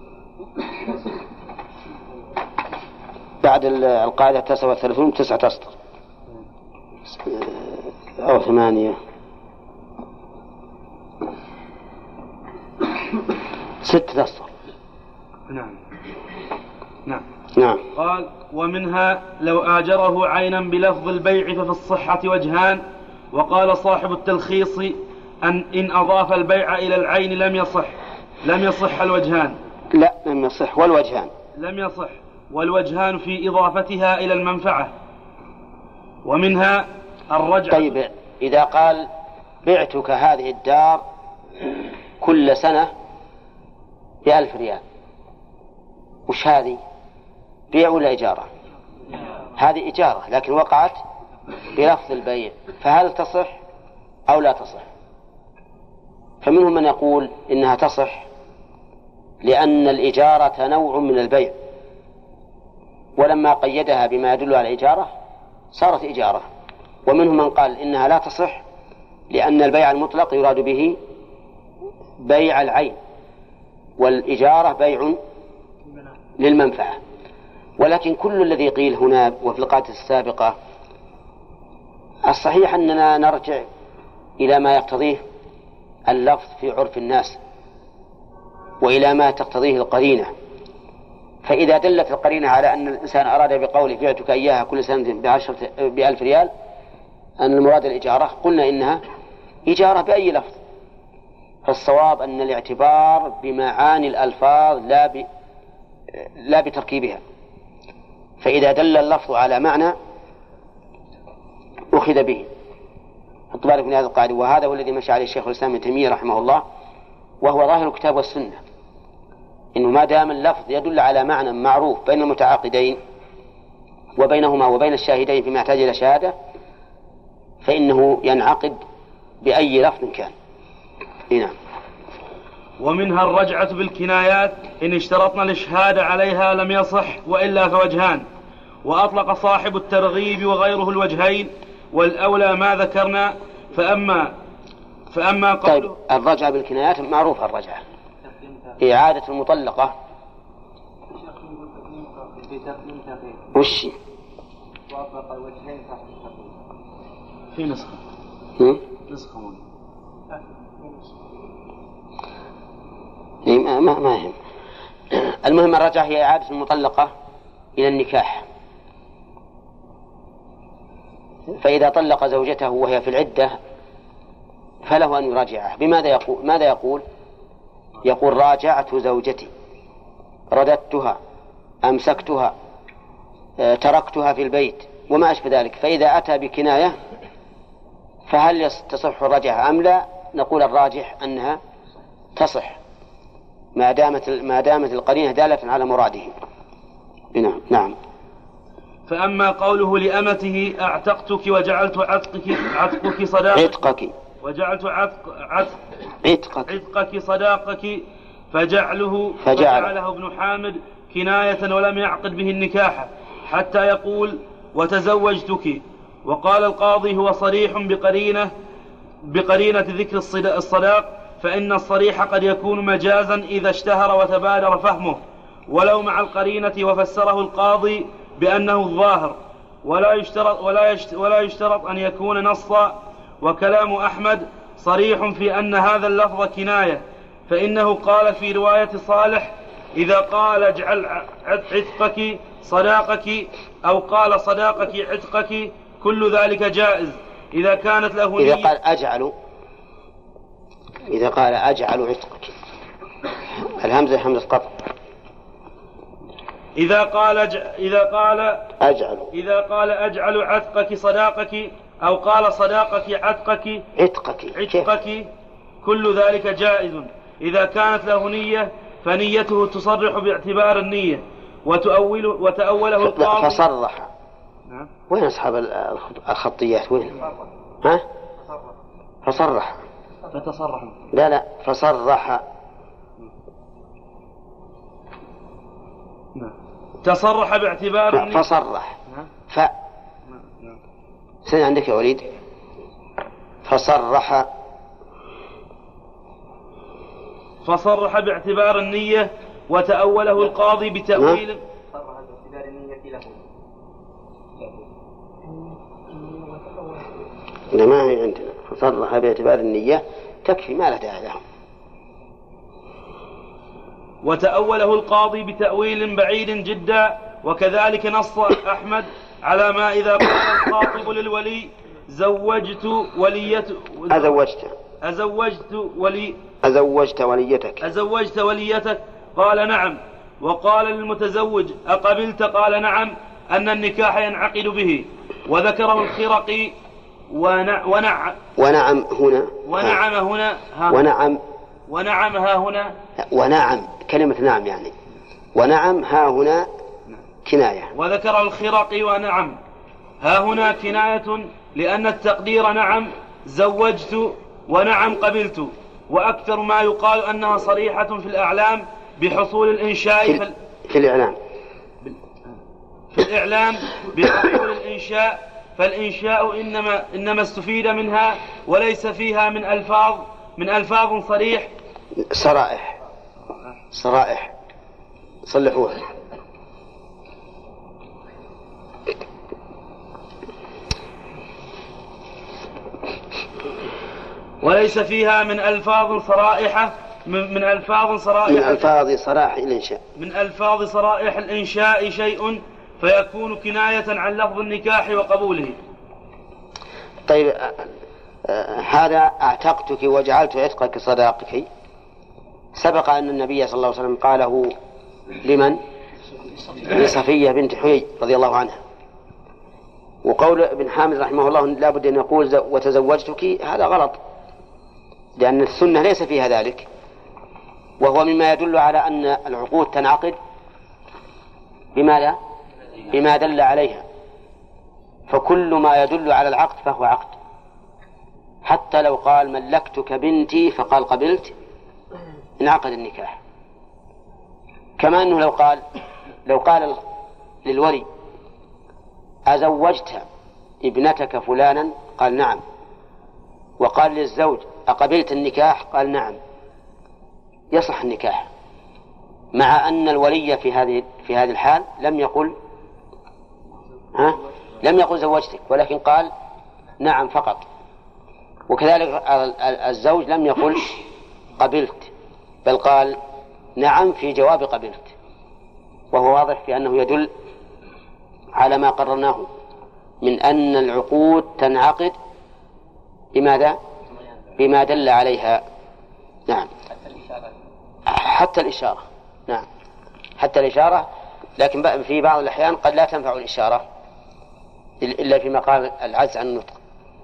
بعد القاعدة التاسعة والثلاثون تسعة أسطر أو ثمانية ستة أسطر. نعم نعم نعم. قال: ومنها لو آجره عينا بلفظ البيع ففي الصحة وجهان. وقال صاحب التلخيص: أن إن أضاف البيع إلى العين لم يصح لم يصح الوجهان. لا، لم يصح والوجهان. لم يصح والوجهان في إضافتها إلى المنفعة. ومنها الرجعة. طيب، إذا قال: بعتك هذه الدار كل سنة بألف ريال، وش هذه؟ بيع ولا إجارة؟ هذه إجارة، لكن وقعت بلفظ البيع، فهل تصح أو لا تصح؟ فمنهم من يقول إنها تصح لأن الإجارة نوع من البيع، ولما قيدها بما يدل على الإجارة صارت إجارة. ومنهم من قال إنها لا تصح لأن البيع المطلق يراد به بيع العين، والإجارة بيع للمنفعة. ولكن كل الذي قيل هنا وفي القاعدة السابقة الصحيح أننا نرجع إلى ما يقتضيه اللفظ في عرف الناس وإلى ما تقتضيه القرينة. فإذا دلت القرينة على أن الإنسان أراد بقوله بعتك إياها كل سنة بعشرة بألف ريال أن المراد الإجارة، قلنا إنها إجارة بأي لفظ. فالصواب أن الاعتبار بمعاني الألفاظ لا ب... لا بتركيبها. فإذا دل اللفظ على معنى أخذ به. حط بالك من هذا القاعدة، وهذا هو الذي مشى عليه الشيخ الإسلام ابن تيمية رحمه الله، وهو ظاهر الكتاب والسنة، إنه ما دام اللفظ يدل على معنى معروف بين المتعاقدين وبينهما وبين الشاهدين فيما يحتاج إلى شهادة فإنه ينعقد بأي لفظ كان. نعم. ومنها الرجعة بالكنايات إن اشترطنا الإشهاد عليها لم يصح وإلا فوجهان. وأطلق صاحب الترغيب وغيره الوجهين، والأولى ما ذكرنا. فأما فأما قوله طيب، الرجعة بالكنايات معروفة. الرجعة إعادة المطلقة وش وأطلق الوجهين في نسخة هم؟ نسخة ما ما ما يهم. المهم الرجعة هي إعادة المطلقة إلى النكاح. فإذا طلق زوجته وهي في العدة فله أن يراجعها. بماذا يقول؟ ماذا يقول؟ يقول: راجعت زوجتي، رددتها، أمسكتها، تركتها في البيت وما أشبه ذلك. فإذا أتى بكناية فهل تصح الرجعة أم لا؟ نقول الراجح أنها تصح ما دامت ما دامت القرينة دالة على مراده. نعم. نعم. فأما قوله لأمته أعتقتك وجعلت عتقك عتقك صداقك عتقك وجعلت عتق عتق عتقك عتقك صداقك فجعله فجعل. فجعله ابن حامد كناية ولم يعقد به النكاح حتى يقول وتزوجتك. وقال القاضي هو صريح بقرينة بقرينة ذكر الصداق، فإن الصريح قد يكون مجازا إذا اشتهر وتبادر فهمه، ولو مع القرينة وفسره القاضي بأنه الظاهر، ولا يشترط, ولا يشترط, ولا يشترط أن يكون نصا. وكلام أحمد صريح في أن هذا اللفظ كناية، فإنه قال في رواية صالح: إذا قال اجعل عتقك صداقك، أو قال صداقك عتقك، كل ذلك جائز إذا كانت له نية. إذا قال أجعل إذا قال أجعل عتقك، الهمزة همزة قطع. إذا قال أج... إذا قال أجعل إذا قال أجعل عتقك صداقك، أو قال صداقك عتقك عتقك عتقك كل ذلك جائز إذا كانت له نية، فنيته تصرح باعتبار النية، وتؤول وتأوله القاضي. فصرح. نعم. وين أصحاب الخطيات وين؟ ها؟ فصرح. فتصرح. لا لا فصرح. نعم. تصرح باعتبار النية. فصرح. ف سن عندك يا وليد. فصرح فصرح باعتبار النية، وتأوله القاضي بتأويل. صرح باعتبار النية له. لا ما هي عندنا. فصرح باعتبار النية تكفي، ما له داعي لهم. وتأوله القاضي بتأويل بعيد جدا. وكذلك نص أحمد على ما إذا قال الخاطب للولي: زوجت وليت أزوجت أزوجت ولي أزوجت وليتك أزوجت وليتك قال نعم. وقال للمتزوج: أقبلت؟ قال نعم، أن النكاح ينعقد به. وذكره الخرقي. ونع ونع ونعم هنا ونعم هنا ها ونعم ونعم ها هنا ونعم كلمة نعم يعني ونعم ها هنا كناية. وذكر الخرقي: ونعم ها هنا كناية، لأن التقدير نعم زوجت ونعم قبلت. وأكثر ما يقال أنها صريحة في الأعلام بحصول الإنشاء في, في, في الإعلام في الإعلام بحصول الإنشاء، فالإنشاء إنما, إنما استفيد منها، وليس فيها من ألفاظ من ألفاظ صريح. صرائح صرائح صلحوها. وليس فيها من ألفاظ صرائحة من, من ألفاظ صرائح من ألفاظ صرائح الإنشاء من ألفاظ صرائح الإنشاء شيء، فيكون كناية عن لفظ النكاح وقبوله. طيب هذا أعتقتك وجعلت عتقك صداقك، سبق أن النبي صلى الله عليه وسلم قاله لمن؟ لصفية بنت حيي رضي الله عنها. وقول ابن حامد رحمه الله لا بد أن يقول وتزوجتك، هذا غلط، لأن السنة ليس فيها ذلك، وهو مما يدل على أن العقود تنعقد بماذا؟ بما دل عليها. فكل ما يدل على العقد فهو عقد، حتى لو قال ملكتك بنتي فقال قبلت انعقد النكاح. كما أنه لو قال لو قال للولي أزوجت ابنتك فلانا قال نعم، وقال للزوج أقبلت النكاح قال نعم، يصح النكاح، مع أن الولي في هذه في هذه الحال لم يقل ها لم يقل زوجتك، ولكن قال نعم فقط. وكذلك الزوج لم يقل قبلت، بل قال نعم في جواب قبلت، وهو واضح في أنه يدل على ما قررناه من أن العقود تنعقد بماذا؟ بما دل عليها. نعم حتى الإشارة. نعم حتى الإشارة، لكن في بعض الأحيان قد لا تنفع الإشارة إلا في مقام العجز عن النطق.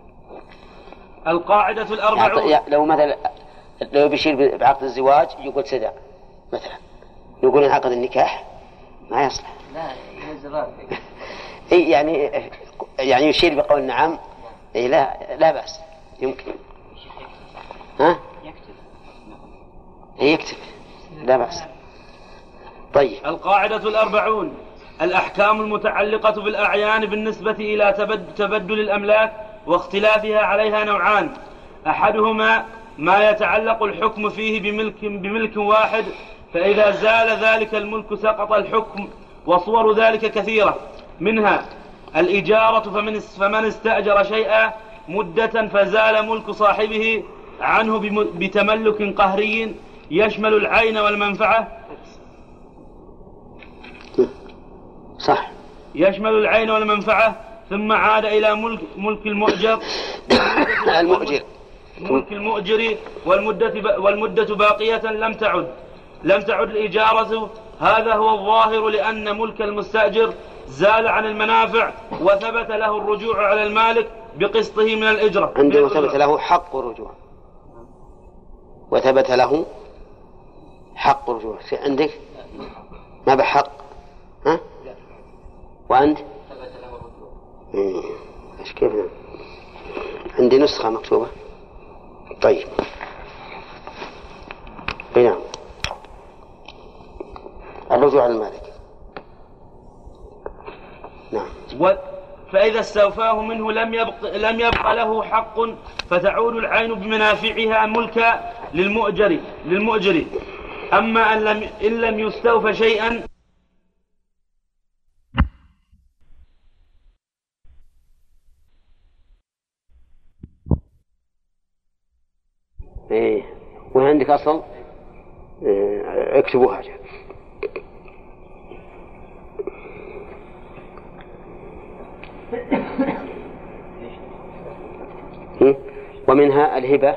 القاعدة الأربعون، لو مثلا لو بيشير بعقد الزواج يقول سدى مثلا، يقول انعقد النكاح ما يصلح. لا ينزل إيه يعني يعني يشير بقول نعم، إيه لا لا بأس يمكن. ها يكتب إيه يكتب لا بأس. طيب القاعدة الأربعون: الأحكام المتعلقة بالأعيان بالنسبة إلى تبدل الأملاك واختلافها عليها نوعان: أحدهما ما يتعلق الحكم فيه بملك, بملك واحد، فإذا زال ذلك الملك سقط الحكم، وصور ذلك كثيرة، منها الإجارة، فمن, فمن استأجر شيئا مدة فزال ملك صاحبه عنه بتملك قهري يشمل العين والمنفعة. صح. يشمل العين والمنفعة، ثم عاد إلى ملك, ملك المؤجر المؤجر ملك المؤجر والمدة, والمدة باقية لم تعد لم تعد الإجارة. هذا هو الظاهر، لأن ملك المستأجر زال عن المنافع، وثبت له الرجوع على المالك بقسطه من الإجرة. عنده ثبت له حق الرجوع، وثبت له حق الرجوع. عندك ما بحق؟ ها؟ وأنت؟ ثبت له الرجوع. إيه. إيش كيف؟ عندي نسخة مكتوبة. طيب. نعم. الرجوع على المالك. نعم. و... فإذا استوفاه منه لم يبق... لم يبق له حق، فتعود العين بمنافعها ملكا للمؤجر للمؤجر. أما أن لم, إن لم يستوف شيئا إيه. وعندك أصل إيه. اكتبوها جاء. ومنها الهبة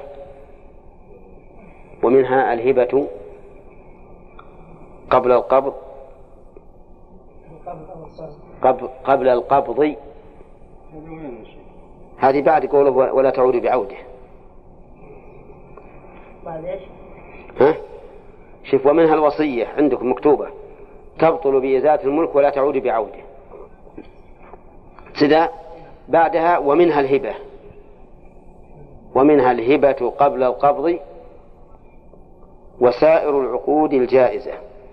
ومنها الهبة قبل القبض قبل, قبل القبض. هذه بعد قوله ولا تعود بعوده. ها؟ شوف، ومنها الوصية عندكم مكتوبة تبطل بإزالة الملك ولا تعود بعوده. سدا بعدها ومنها الهبة ومنها الهبة قبل القبض وسائر العقود الجائزة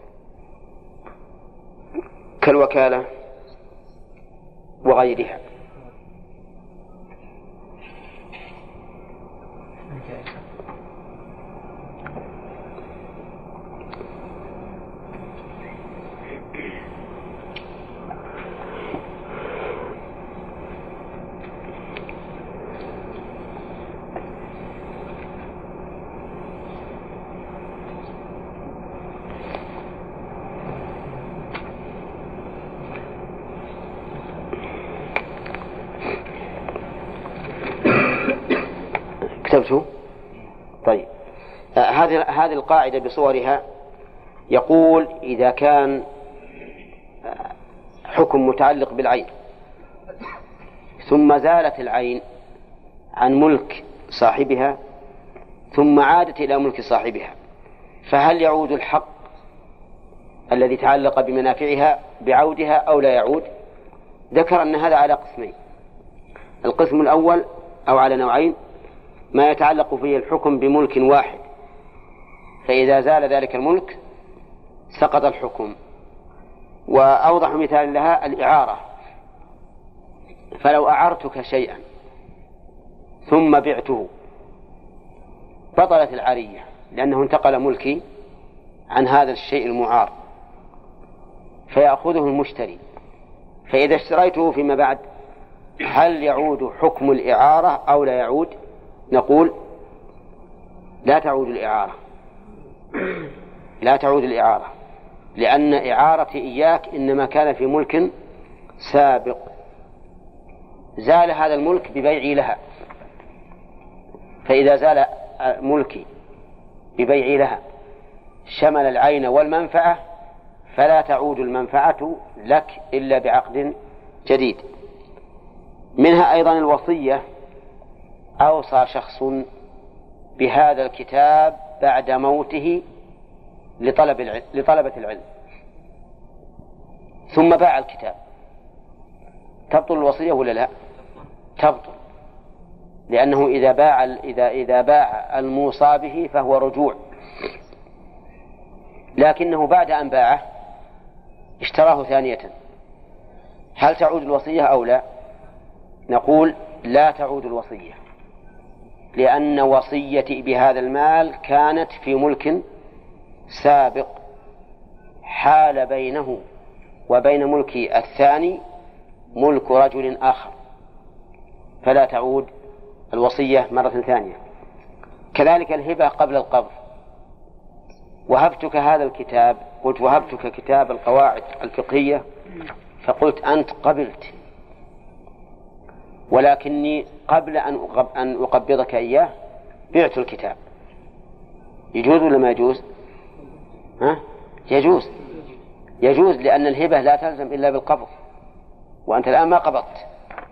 كالوكالة وغيرها. كتبته؟ طيب. هذه آه هذه القاعدة بصورها يقول إذا كان آه حكم متعلق بالعين ثم زالت العين عن ملك صاحبها ثم عادت إلى ملك صاحبها، فهل يعود الحق الذي تعلق بمنافعها بعودها أو لا يعود؟ ذكر أن هذا على قسمين. القسم الأول أو على نوعين: ما يتعلق فيه الحكم بملك واحد، فإذا زال ذلك الملك سقط الحكم. وأوضح مثال لها الإعارة، فلو أعرتك شيئا ثم بعته بطلت العارية، لأنه انتقل ملكي عن هذا الشيء المعار، فيأخذه المشتري. فإذا اشتريته فيما بعد هل يعود حكم الإعارة أو لا يعود؟ نقول لا تعود الإعارة لا تعود الإعارة لأن إعارتي إياك إنما كان في ملك سابق، زال هذا الملك ببيعي لها، فإذا زال ملكي ببيعي لها شمل العين والمنفعة، فلا تعود المنفعة لك إلا بعقد جديد. منها أيضا الوصية: أوصى شخص بهذا الكتاب بعد موته لطلب العلم لطلبة العلم ثم باع الكتاب، تبطل الوصية ولا لا؟ تبطل، لأنه إذا باع إذا إذا باع الموصى به فهو رجوع، لكنه بعد أن باعه اشتراه ثانية، هل تعود الوصية أو لا؟ نقول لا تعود الوصية، لأن وصيتي بهذا المال كانت في ملك سابق حال بينه وبين ملكي الثاني ملك رجل آخر، فلا تعود الوصية مرة ثانية. كذلك الهبة قبل القبض، وهبتك هذا الكتاب، قلت وهبتك كتاب القواعد الفقهية، فقلت أنت قبلت، ولكني قبل أن أقبضك إياه بعت الكتاب. يجوز ولا ما يجوز؟ ها؟ يجوز، يجوز لأن الهبة لا تلزم إلا بالقبض، وأنت الآن ما قبضت.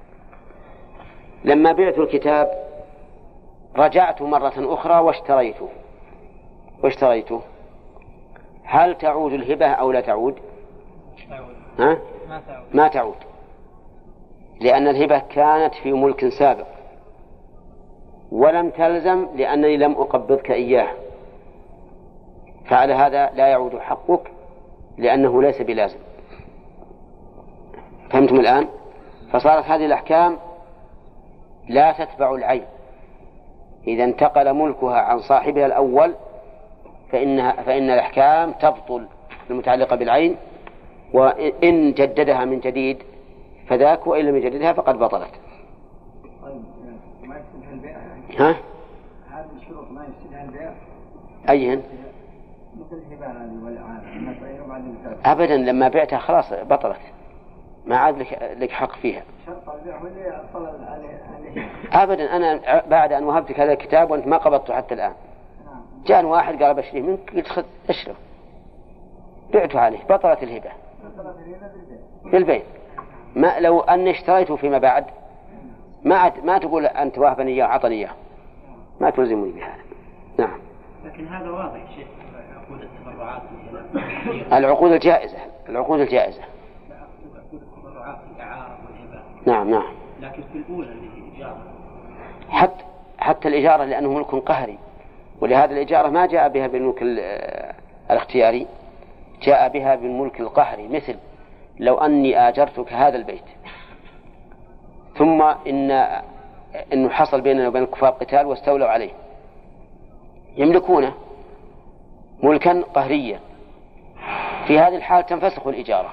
لما بعت الكتاب رجعت مرة أخرى واشتريته واشتريته هل تعود الهبة أو لا تعود؟ ها؟ ما تعود، لأن الهبة كانت في ملك سابق ولم تلزم لأنني لم أقبضك إياه، فعلى هذا لا يعود حقك لأنه ليس بلازم. فهمتم الآن؟ فصارت هذه الأحكام لا تتبع العين، إذا انتقل ملكها عن صاحبها الأول فإنها فإن الأحكام تبطل المتعلقة بالعين، وإن جددها من جديد فذاك، وإن لم يجددها فقد بطلت. ها؟ هذه الشروط ما يفسدها البيع؟ أيهن؟ مثل الهبة هذه والإعانة. أبدا، لما بعتها خلاص بطلت، ما عاد لك, لك حق فيها. شرط البيع هو اللي أطلع عليه. أبدا، أنا بعد أن وهبتك هذا الكتاب وأنت ما قبضته حتى الآن، جاء واحد قال بشريه منك، قلت خذ اشرب، بعته عليه، بطلت الهبة بالبيع. ما لو أني اشتريته فيما بعد ما ما تقول أنت واهبني إياه عطني إياه، ما تلزمني بهذا. نعم. لكن هذا واضح شيء، عقود التبرعات، العقود الجائزة، العقود الجائزة. عقود التبرعات الإعارة والهبة. نعم نعم. لكن في الأولى اللي هي الإجارة، حتى حتى الإجارة لأنه ملك قهري، ولهذا الإجارة ما جاء بها بالملك الاختياري، جاء بها بالملك القهري. مثل لو أني آجرتك هذا البيت ثم إن إنه حصل بيننا وبين الكفار قتال واستولوا عليه، يملكونه ملكا قهريا، في هذه الحال تنفسخ الإجارة،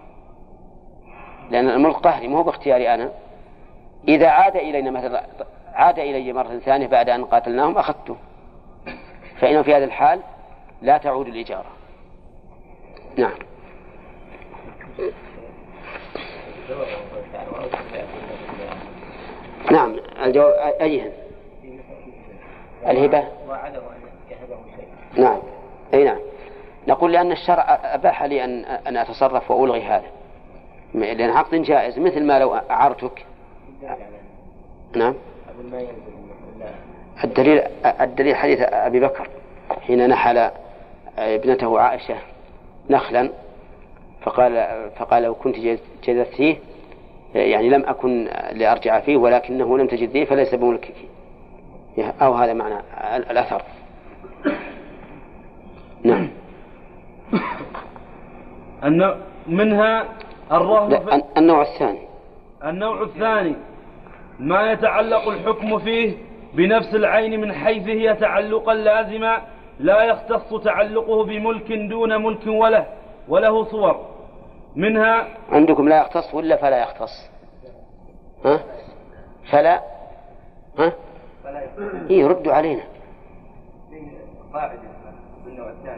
لأن الملك قهري ما هو باختياري أنا. إذا عاد إلينا مثلا عاد إلي مرة ثانية بعد أن قاتلناهم أخذته، فإنه في هذه الحال لا تعود الإجارة. نعم. نعم الجواب أيهن؟ الهبة. نعم أي نعم. نقول لأن الشرع أباح لي أن أن أتصرف وألغي هذا، لأن عقد جائز، مثل ما لو أعرتك. نعم. الدليل الدليل حديث أبي بكر حين نحل ابنته عائشة نخلا، فقال فقال لو كنت جذت فيه يعني لم أكن لأرجع فيه، ولكنه لم تجد فيه فليس بملكك، أو هذا معنى الأثر. نعم. منها الرهن. النوع الثاني النوع الثاني ما يتعلق الحكم فيه بنفس العين من حيث هي تعلقا لازما لا يختص تعلقه بملك دون ملك وله وله صور. منها عندكم لا يختص ولا فلا يختص؟ ها؟ فلا ها؟ إيه ردوا علينا. قاعدة بالنوع الثاني،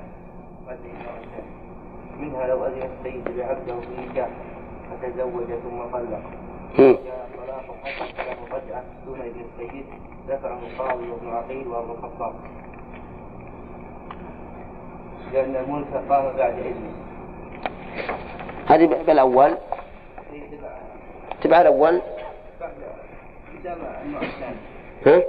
منها لو أذن السيد بعبده في نكاح فتزوج ثم طلق جاء طلاق حتى كلام رجعة دون ابن السيد، ذكره القاضي وابن عقيل وابن الخطاب، لأن الملك قام بعد إذنه. هذه بالأول تبع الأول. ها؟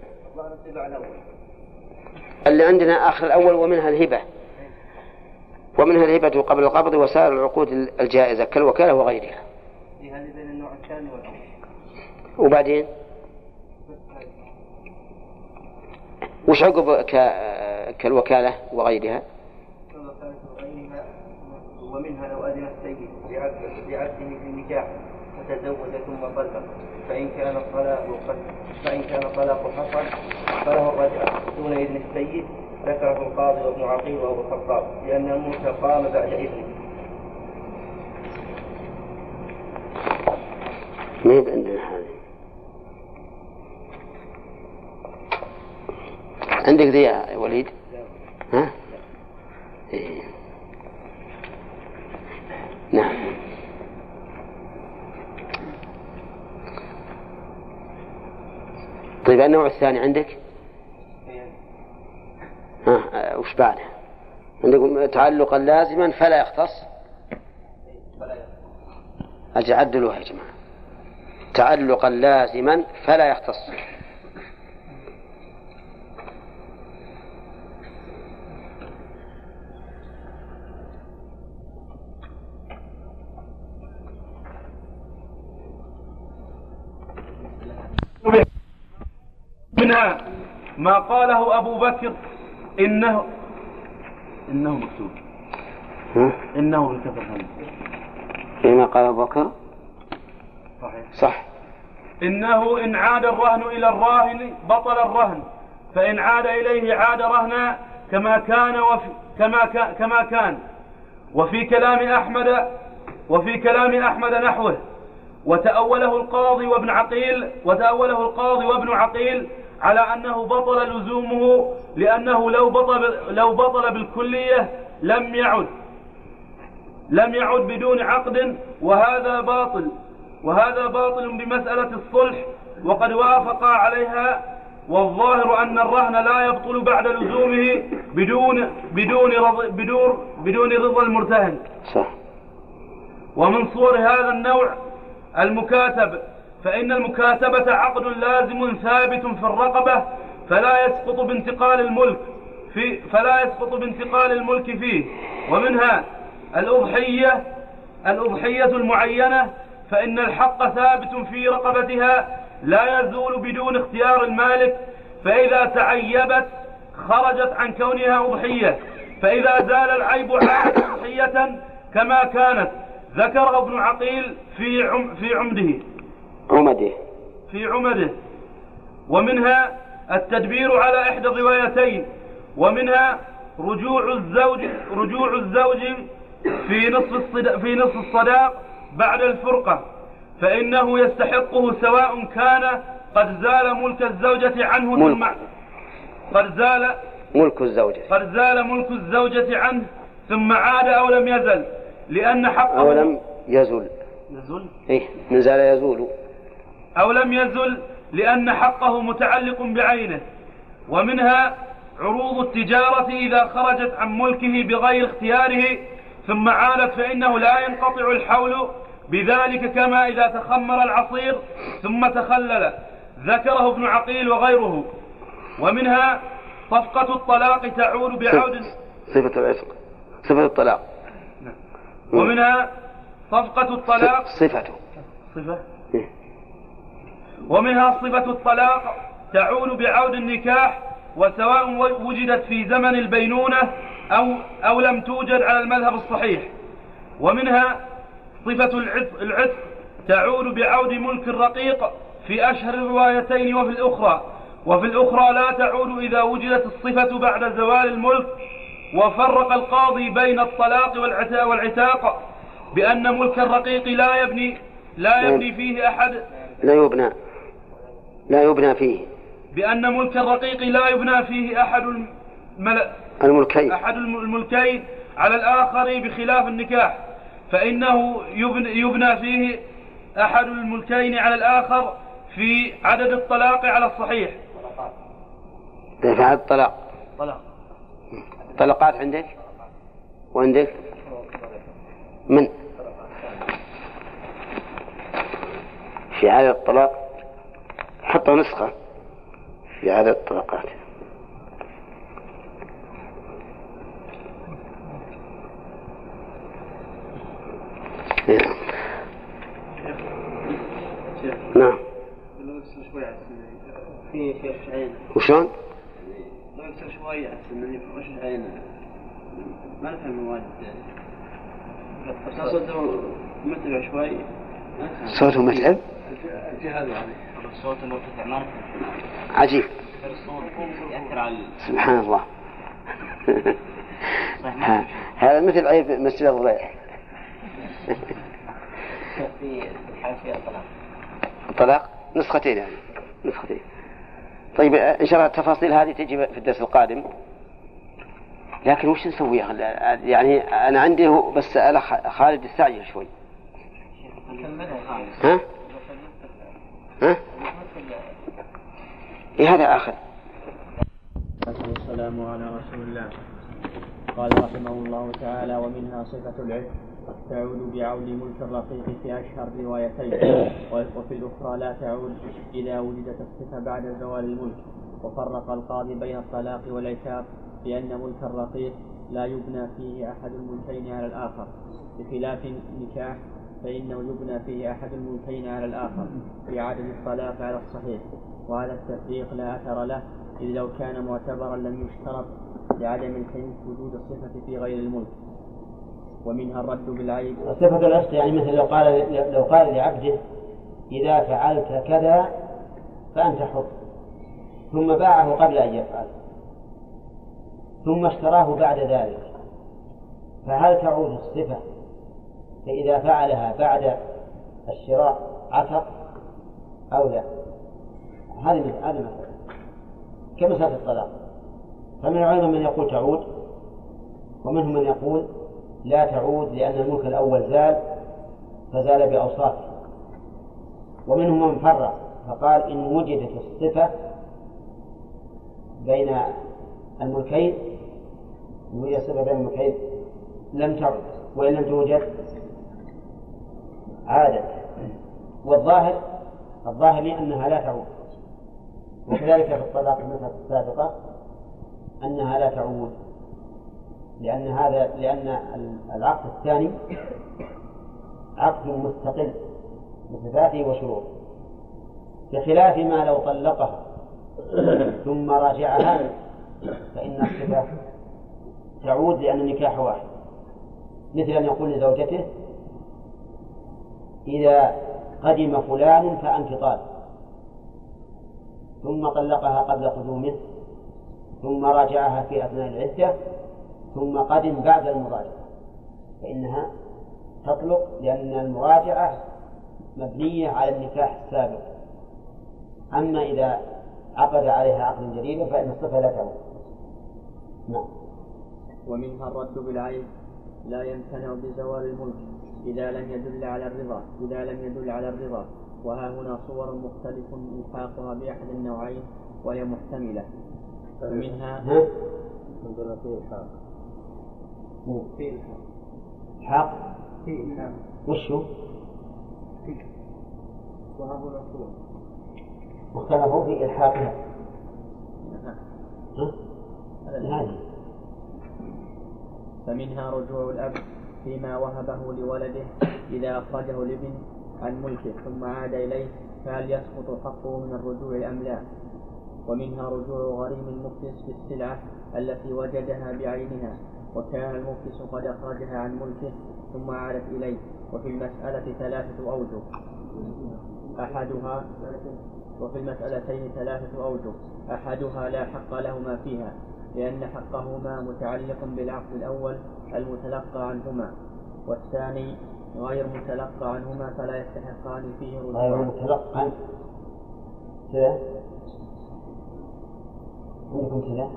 اللي عندنا آخر الأول ومنها الهبة، ومنها الهبة قبل القبض وسائر العقود الجائزة كالوكالة وغيرها. هذه بين النوع الثاني والأول. وبعدين وش عقب كالوكالة وغيرها؟ ومنها لو أذن السيد بعبده في النكاح تزوج ثم طلق، فإن كان الطلاق فإن كان الطلاق حصل فله الرجعة دون إذن السيد، ذكره القاضي وابن عقيل وأبو الخطاب، لأن الملك قام بعد إذنه. ما يبقى عندنا هذه. عندك ذي يا وليد؟ ها؟ إيه. نعم. طيب النوع الثاني عندك؟ ها وش بعده؟ عندك تعلقا لازما فلا يختص. أجي عدلوها يا جماعة. تعلقا لازما فلا يختص. منها ما قاله أبو بكر إنه إنه مكتوب إنه بالكسر فيما قال أبو بكر صحيح صح. إنه إن عاد الرهن إلى الراهن بطل الرهن، فإن عاد إليه عاد رهنا كما كان وفي كما كان كما كان وفي كلام أحمد وفي كلام أحمد نحوه. وتأوله القاضي وابن عقيل وتأوله القاضي وابن عقيل على أنه بطل لزومه، لأنه لو بطل لو بطل بالكلية لم يعد لم يعد بدون عقد، وهذا باطل وهذا باطل بمسألة الصلح، وقد وافق عليها. والظاهر أن الرهن لا يبطل بعد لزومه بدون بدون رضا بدون بدون رضا المرتهن. صح. ومن صور هذا النوع المكاتب، فإن المكاتبة عقد لازم ثابت في الرقبة، فلا يسقط بانتقال الملك في فلا يسقط بانتقال الملك فيه. ومنها الأضحية الأضحية المعينة، فإن الحق ثابت في رقبتها لا يزول بدون اختيار المالك، فإذا تعيبت خرجت عن كونها أضحية، فإذا زال العيب عادت أضحية كما كانت. ذكر ابن عقيل في عم في عمده عمده في عمده ومنها التدبير على إحدى الروايتين، ومنها رجوع الزوج رجوع الزوج في نصف الصداق في نصف الصداق بعد الفرقة، فإنه يستحقه سواء كان قد زال ملك الزوجة عنه ملك. ثم قد زال ملك الزوجة قد زال ملك الزوجة عنه ثم عاد أو لم يزل، لأن حقه أو لم يزل يزل إيه من زال يزول أو لم يزل لأن حقه متعلق بعينه. ومنها عروض التجارة إذا خرجت عن ملكه بغير اختياره ثم عادت، فإنه لا ينقطع الحول بذلك، كما إذا تخمر العصير ثم تخلل. ذكره ابن عقيل وغيره. ومنها صفقة الطلاق تعود بعود صفة العتق صفة الطلاق. ومنها صفقة الطلاق صفته صفة ومنها صفة الطلاق تعود بعود النكاح، وسواء وجدت في زمن البينونة أو, أو لم توجد على المذهب الصحيح. ومنها صفة العتق تعود بعود ملك الرقيق في أشهر الروايتين وفي الأخرى وفي الأخرى لا تعود إذا وجدت الصفة بعد زوال الملك. وفرق القاضي بين الطلاق والعتاق بأن ملك الرقيق لا يبني لا يبني فيه أحد لا يبنى لا يبنى فيه بأن ملك الرقيق لا يبنى فيه أحد المل... الملكين أحد الملكين على الآخر، بخلاف النكاح فإنه يبنى, يبنى فيه أحد الملكين على الآخر في عدد الطلاق على الصحيح. في عدد الطلاق طلاق طلقات عندك وعندك من في عدد الطلاق حط نسخة في عدد الطلقات. نعم. في شيخ عين وشون؟ لو يكسر شوية أحسن وش عين ما نفهم المواد. أقصد متبع شوي صوته متعب. الجهاز يعني الصوت مرتفع ما عجيب. الصوت يأثر على سبحان الله. هذا مثل عيب مسجد الضيع. في الحاشية الطلاق. الطلاق نسختين يعني نسختين. طيب إن شاء الله التفاصيل هذه تجي في الدرس القادم. لكن وش نسوي يعني؟ أنا عندي بس الأخ خالد استعجل شوي. ها؟ ها؟ إيه هذا آخر. والسلام على رسول الله. قال رحمه الله تعالى: ومنها صفة العتق تعود بعود ملك الرقيق في أشهر روايتين، وفي الأخرى لا تعود إذا وجدت الصفة بعد زوال الملك. وفرق القاضي بين الطلاق والعتاق لأن ملك الرقيق لا يبنى فيه أحد الملكين على الآخر، بخلاف النكاح فإنه يبنى فيه أحد الملكين على الآخر في عدد الطلاق على الصحيح. وهذا التفريق لا أثر له، إذ لو كان معتبرا لم يشترط لعدم الحنث وجود الصفة في غير الملك. ومنها الرد بالعيب. صفة العتق يعني مثل لو قال لو قال لعبده إذا فعلت كذا فأنت حر، ثم باعه قبل أن يفعل، ثم اشتراه بعد ذلك، فهل تعود الصفة فإذا فعلها بعد الشراء عتق أو لا؟ هذه هذه مسألة كمسألة الطلاق. فمن العلماء من يقول تعود، ومنهم من يقول لا تعود لأن الملك الأول زال فزال بأوصافه، ومنهم من فرق فقال إن وجدت الصفة بين الملكين وهي الصفة بين الملكين لم تعد، وإن لم توجد عادت. والظاهر الظاهر لي أنها لا تعود، وكذلك في الطلاق المسألة السابقة أنها لا تعود، لأن هذا لأن العقد الثاني عقد مستقل بصفاته وشروطه، بخلاف ما لو طلقها ثم راجعها فإن الصفة تعود لأن النكاح واحد، مثل أن يقول لزوجته إذا قدم فلان فأنت طالق، ثم طلقها قبل قدومه، ثم راجعها في أثناء العدة، ثم قدم بعد المراجعة، فإنها تطلق لأن المراجعة مبنية على النكاح السابق. أما إذا عقد عليها عقد جديد فإن الصفة لا تعود. نعم. ومنها الرد بالعيب لا يمتنع بزوال الملك إذا لم يدل على الرضا إذا لم يدل على الرضا وها هنا صور مختلف إلحاقها بأحد النوعين وهي محتملة. ومنها منظر فيه الحاق فيه الحاق حاق فيه الحاق وشو فيه وها هنا صور مختلفوا في إلحاقها. هذا فمنها رجوع الأب فيما وهبه لولده إذا أخرجه الابن عن ملكه ثم عاد إليه، فهل يسقط حقه من الرجوع أم لا؟ ومنها رجوع غريم المفلس في السلعة التي وجدها بعينها وكان المفلس قد أخرجها عن ملكه ثم عادت إليه. وفي المسألة ثلاثة أوجه أحدها وفي المسألتين ثلاثة أوجه أحدها لا حق لهما فيها لأن حقهما متعلق بالعقد الأول المتلقى عنهما، والثاني غير متلقى عنهما فلا يستحقان فيه رجوعا. غير متلقى كذا عندكم كذا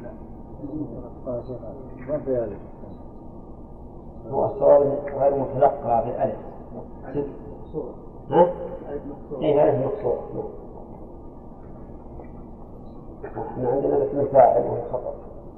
هو الصواب غير متلقى بالألف. ها؟ إيه ألف مقصور. احنا عندنا بس الفاعل والخطأ.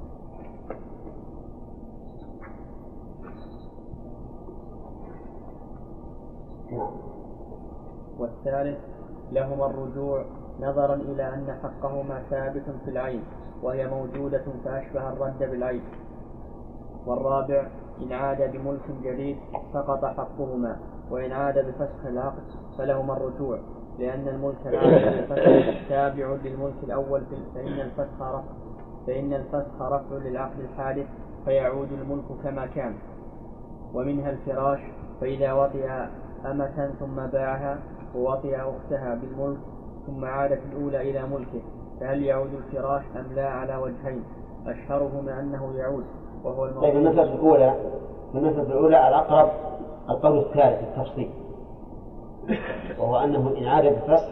والثالث لهما الرجوع نظرا إلى أن حقهما ثابت في العين وهي موجودة فأشبه الرد بالعين. والرابع إن عاد بملك جديد سقط حقهما، وإن عاد بفسخ العقد فلهما الرجوع لأن الملك العام بالفسخ تابع للملك الأول فإن الفسخ رفع فإن الفسخ رفع للعقد الحادث فيعود الملك كما كان. ومنها الفراش فإذا وطئ أمة ثم باعها ووطئ أختها بالملك ثم عادت الأولى إلى ملكه فهل يعود الفراش أم لا على وجهين أشهرهما أنه يعود وهو الموضوع. طيب المسألة الأولى المسألة الأولى الأقرب القول الثالث التفصيل، وهو أنه إن عاد بفسخ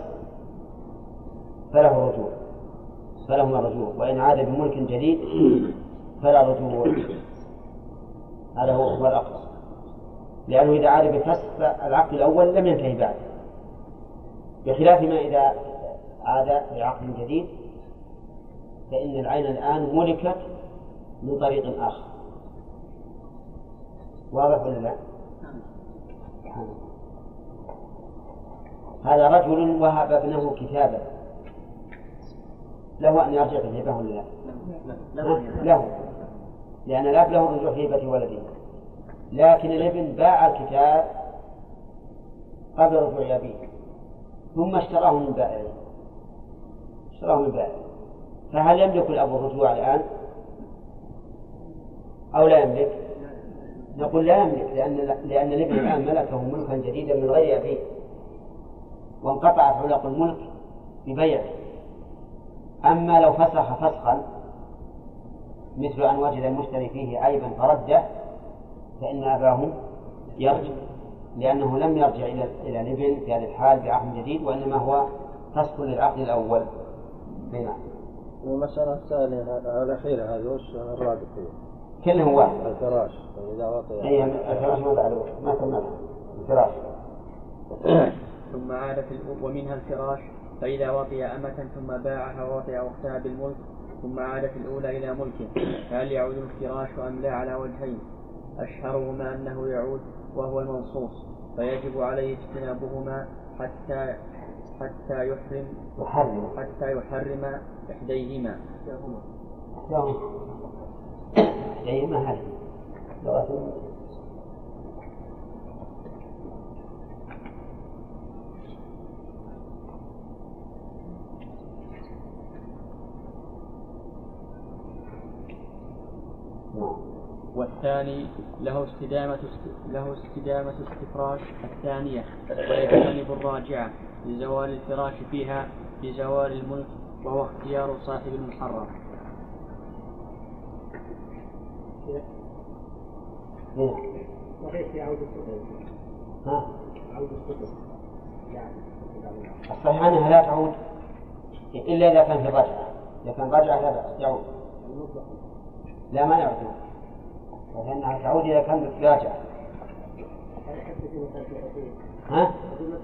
فله رجوع فلهما رجوع، وإن عاد بملك جديد فلا رجوع. هذا هو هو الأقرب، لأنه إذا عاد بفسخ فالعقد الأول لم ينتهي بعد، بخلاف ما إذا عاد بعقد جديد فإن العين الآن ملكت من طريق آخر. واضح ولا لا؟ هذا رجل وهب ابنه كتابا، له أن يرجع في الهبة ولا لا؟ له، لأن الأب له رجوع في هبة ولده، لكن الابن باع الكتاب قبل رجوع أبيه ثم اشتراه من بائع اشتراه من بائع فهل يملك الأب الرجوع الآن أو لا يملك؟ نقول لا يملك، لأن لأن الابن الآن ملكه ملكا جديدا من غير أبيه، وانقطعت علاق الملك ببيعه. أما لو فسخ فسخا مثل أن وجد المشتري فيه عيبا فرده فإن أباه يرجع، لأنه لم يرجع إلى إلى الابن في هذه الحال بعقد جديد، وإنما هو فسخ للعقد الأول. نعم. المسألة الثانية الأخيرة هذه وش الرابط فيه؟ كله واحد. الفراش إذا وطئ. أي الفراش ما بعده ما كمل الفراش. ثم عادت ومنها الفراش فإذا وطئ أمة ثم باعها ووطئ أختها بالملك ثم عادت الأولى إلى ملكه فهل يعود الفراش أم لا على وجهين أشهرهما أنه يعود وهو المنصوص فيجب عليه اجتنابهما حتى حتى يحرم يحرم حتى يحرم إحديهما. إحديهما هذه لغة والثاني له استدامة له استدامة استفراش الثانية ويجتنب الراجعة لزوال الفراش فيها بزوال الملك وهو اختيار صاحب المحرم. ها؟ الصحيح أنها لا تعود إلا إذا كان في الرجعة، إذا كان رجعة لا بأس يعود، لا ما يعود، لأنها تعود إذا كان راجعة. ها؟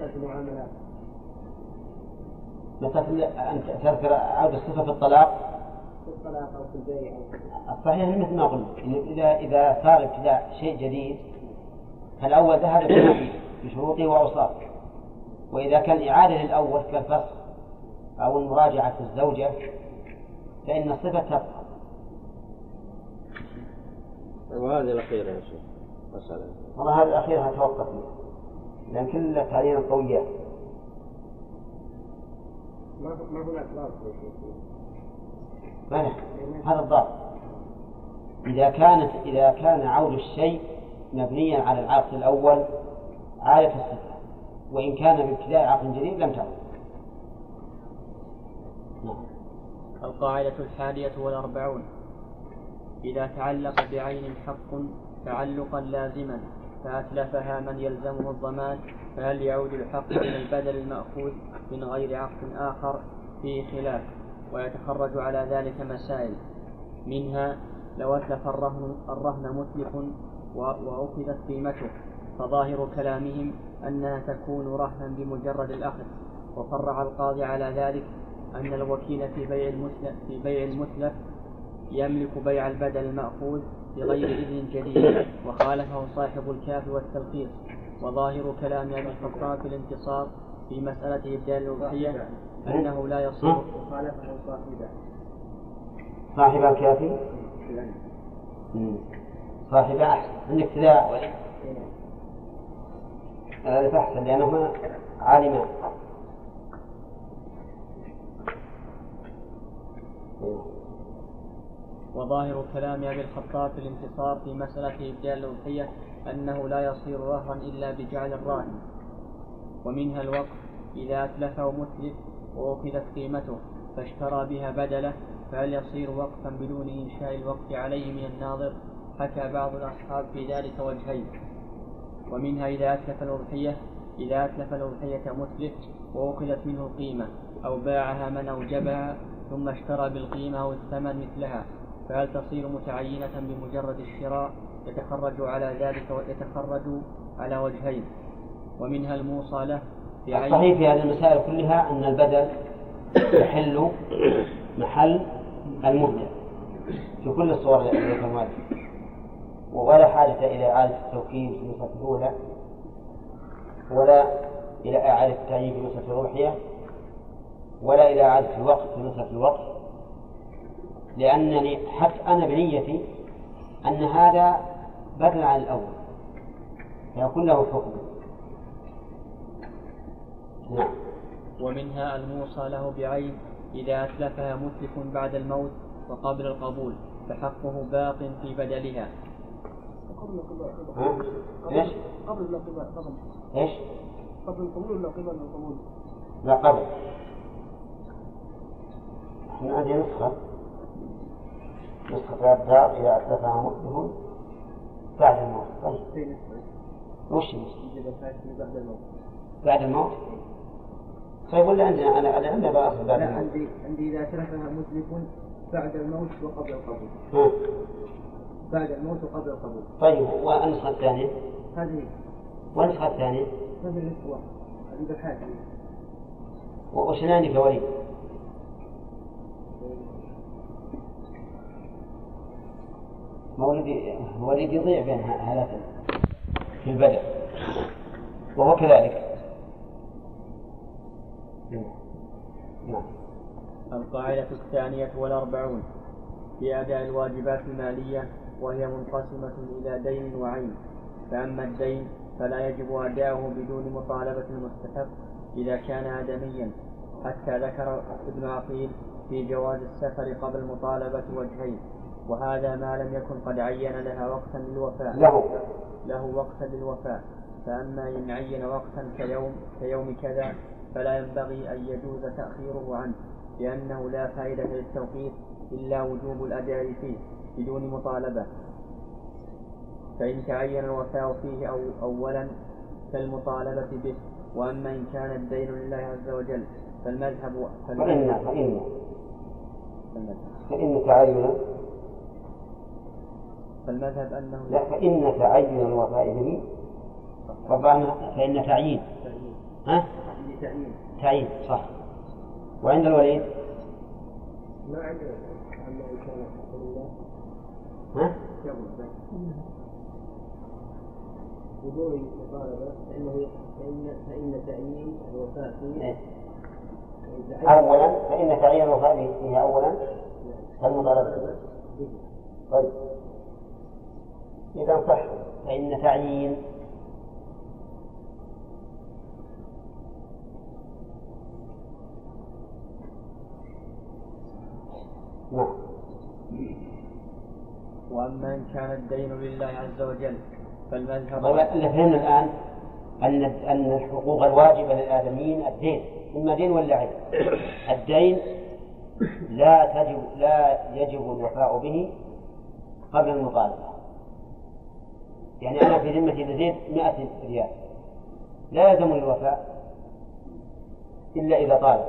مثل أن تذكر عود الصفة في الطلاق في الطلاق أو في البيع. الصحيح مثل ما قلنا إذا إذا صار ابتداء شيء جديد فالأول ذهب بشروطه وأوصافه، وإذا كان إعادة للأول كالفسخ أو المراجعة في الزوجة فإن الصفة تبقى. وهذه الأخيرة يا شيخ مسألة. والله هذه الأخيرة هتوقف فيها لأن كل التعليم قوية. ما ما هناك ضابط يا شيخ. ما هذا الضابط إذا كانت إذا كان عود الشيء مبنيا على العقد الأول عادة الصفة، وإن كان بابتداء عقد جديد لم تعد. القاعدة الحادية والأربعون إذا تعلق بعين حق تعلقا لازما فأتلفها من يلزمه الضمان فهل يعود الحق إلى البدل المأخوذ من غير عقد آخر فيه خلاف، ويتخرج على ذلك مسائل، منها لو أتلف الرهن, الرهن متلف وأخذت قيمته فظاهر كلامهم أنها تكون رهنا بمجرد الأخذ، وفرع القاضي على ذلك أن الوكيل في بيع المتلف, في بيع المتلف يملك بيع البدل المأخوذ بغير إذن جديد، وخالفه صاحب الكاف والتلخيص. وظاهر كلام أبي الخطاب في الانتصار في مسألة إبدال الأضحية أنه لا يصير وخالفه صاحب الكافي صاحب أحسن عندك ابتداء هذا فحسن لأنهما عالمان. وظاهر كلام أبي الخطاب في الانتصار في مسألة إبدال الأضحية أنه لا يصير رهنا إلا بجعل الراهن ومنها الوقف إذا أتلفه متلف وأخذت قيمته فاشترى بها بدله فهل يصير وقفا بدون إنشاء الوقف عليه من الناظر؟ حكى بعض الأصحاب في ذلك وجهين. ومنها إذا أتلف الأضحية إذا أتلف الأضحية متلف وأخذت منه القيمة أو باعها من أوجبها ثم اشترى بالقيمة أو الثمن مثلها فهل تصير متعينة بمجرد الشراء؟ يتخرج على ذلك ويتخرج على وجهين. ومنها الموصى له الصحيح في هذه المسائل كلها أن البدل يحل محل المبدع في كل الصور التي ذكرناها، ولا حاجة إلى إعادة التوكيل في المسألة الأولى ولا إلى إعادة التعيين في مسألة الأضحية ولا إلى إعادة الوقف في مسألة الوقف، لأنني حتى أنا بنيتي أن هذا بدل عن الأول فيكون له حكم. نعم. ومنها الموصى له بعين إذا أتلفها متلف بعد الموت وقبل القبول فحقه باق في بدلها. ايش؟ قبل القبول قبل ايش؟ قبل القبول ولا قبل القبول؟ لا قبل. احنا عندنا نسخة نسخة الدار إذا أتلفها متلف بعد الموت. طيب. وش بعد الموت؟ بعد الموت؟ طيب ولا عندنا أنا أنا عندنا بأصل بعد الموت. عندي عندي إذا أتلفها متلف بعد الموت وقبل القبول. ها. بعد الموت وقبل القبول. طيب والنسخة الثانية؟ هذه. والنسخة الثانية؟ هذه النسخة هذه بالحاجة. وش عندك يا وليد؟ مولدي وليد يضيع بين هالتين في البدء وهو كذلك. نعم. القاعدة الثانية والأربعون في أداء الواجبات المالية وهي منقسمة إلى دين وعين. فأما الدين فلا يجب أداؤه بدون مطالبة المستحق إذا كان آدميا، حتى ذكر ابن عقيل في جواز السفر قبل مطالبة وجهين، وهذا ما لم يكن قد عين لها وقتا للوفاء له, له وقتا للوفاء. فأما إن عين وقتا كيوم, كيوم كذا فلا ينبغي أن يجوز تأخيره عنه، لأنه لا فائدة للتوقيت إلا وجوب الأداء فيه بدون مطالبة. فإن تعين الوفاء فيه أو أولا كالمطالبة به. وأما إن كان الدين لله عز وجل فالمذهب فإن فإن فإن تعين فالمذهب أنه لا فإن تعين الوفاء به طبعا فإن تعيين ها تعيين تعيين صح. وعند الوليد ما عندنا أما إن كان الله ها بدون مطالبة فإنه فإن فإن تعيين الوفاء فيه أولا فإن تعيين الوفاء فيه أولا كالمطالبة. طيب إذا صح فإن تعيين نعم. وأما إن كان الدين لله عز وجل فالمذهب اللي فهمنا الآن أن أن الحقوق الواجبة للآدميين الدين إما دين ولا عين. الدين لا تجب لا يجب الوفاء به قبل المطالبة. يعني أنا في ذمتي لزيد مئة ريال لا يلزمني الوفاء إلا إذا طالب.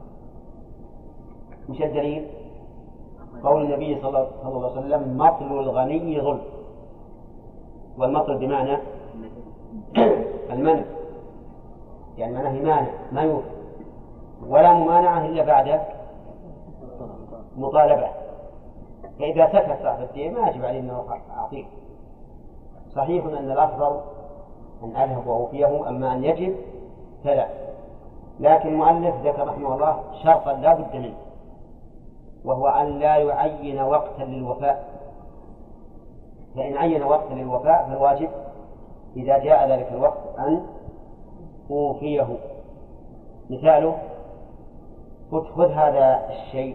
مش الدليل؟ قول النبي صلى الله عليه وسلم مطل الغني ظلم. والمطل بمعنى المنع، يعني معناه مانع ما يوفي ولا ممانعة إلا بعد مطالبة. فإذا سكت صاحب الدين ما يجب عليه أنه أعطيه. صحيح أن الأفضل أن أذهب وأوفيه، أما أن يجب فلا. لكن المؤلف ذكر رحمه الله شرطا لا بد منه، وهو أن لا يعين وقتا للوفاء. فإن عين وقتا للوفاء فالواجب إذا جاء ذلك الوقت أن أوفيه. مثاله خذ هذا الشيء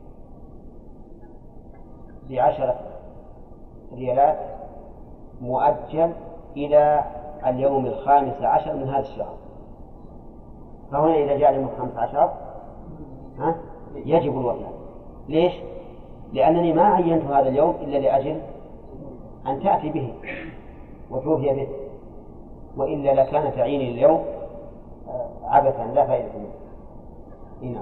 بعشرة ريالات مؤجل إلى اليوم الخامس عشر من هذا الشهر، فهنا إذا جاء لهم خمسة عشر ها يجب الوفاء. ليش؟ لأنني ما عينت هذا اليوم إلا لأجل أن تأتي به وتوفي به، وإلا لكان تعييني اليوم عبثا لا فائدة منه. هنا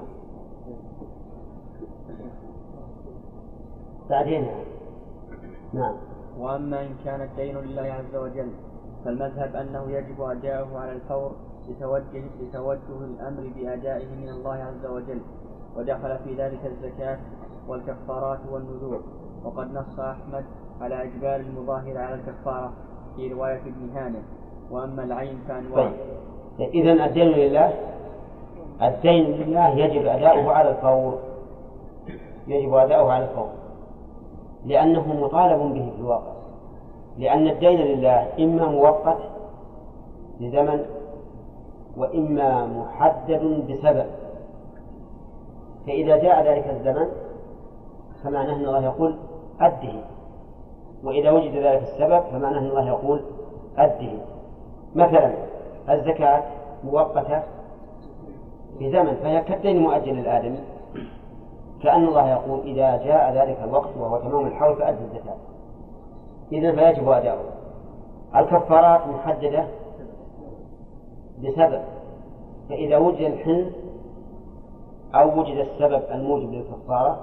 بعدين نعم. وأما إن كان الدين لله عز وجل فالمذهب أنه يجب أداؤه على الفور لتوجه, لتوجه الأمر بأدائه من الله عز وجل، ودخل في ذلك الزكاة والكفارات والنذور. وقد نص أحمد على إجبار المظاهر على الكفارة في رواية ابن هانئ. وأما العين فأنواع. إذن الدين لله، الدين لله يجب أداؤه على الفور، يجب أداؤه على الفور لأنه مطالب به في الواقع، لأن الدين لله إما مؤقت لزمن وإما محدد بسبب. فإذا جاء ذلك الزمن فمعناه أن الله يقول أده، وإذا وجد ذلك السبب فمعناه أن الله يقول أده. مثلا الزكاة مؤقتة بزمن فهي كالدين مؤجل للآدمي، كأن الله يقول إذا جاء ذلك الوقت وهو تمام الحول فأدي الزكاة، إذن فيجب أداؤه. الكفارات محددة بسبب، فإذا وجد الحنث أو وجد السبب الموجب للكفارة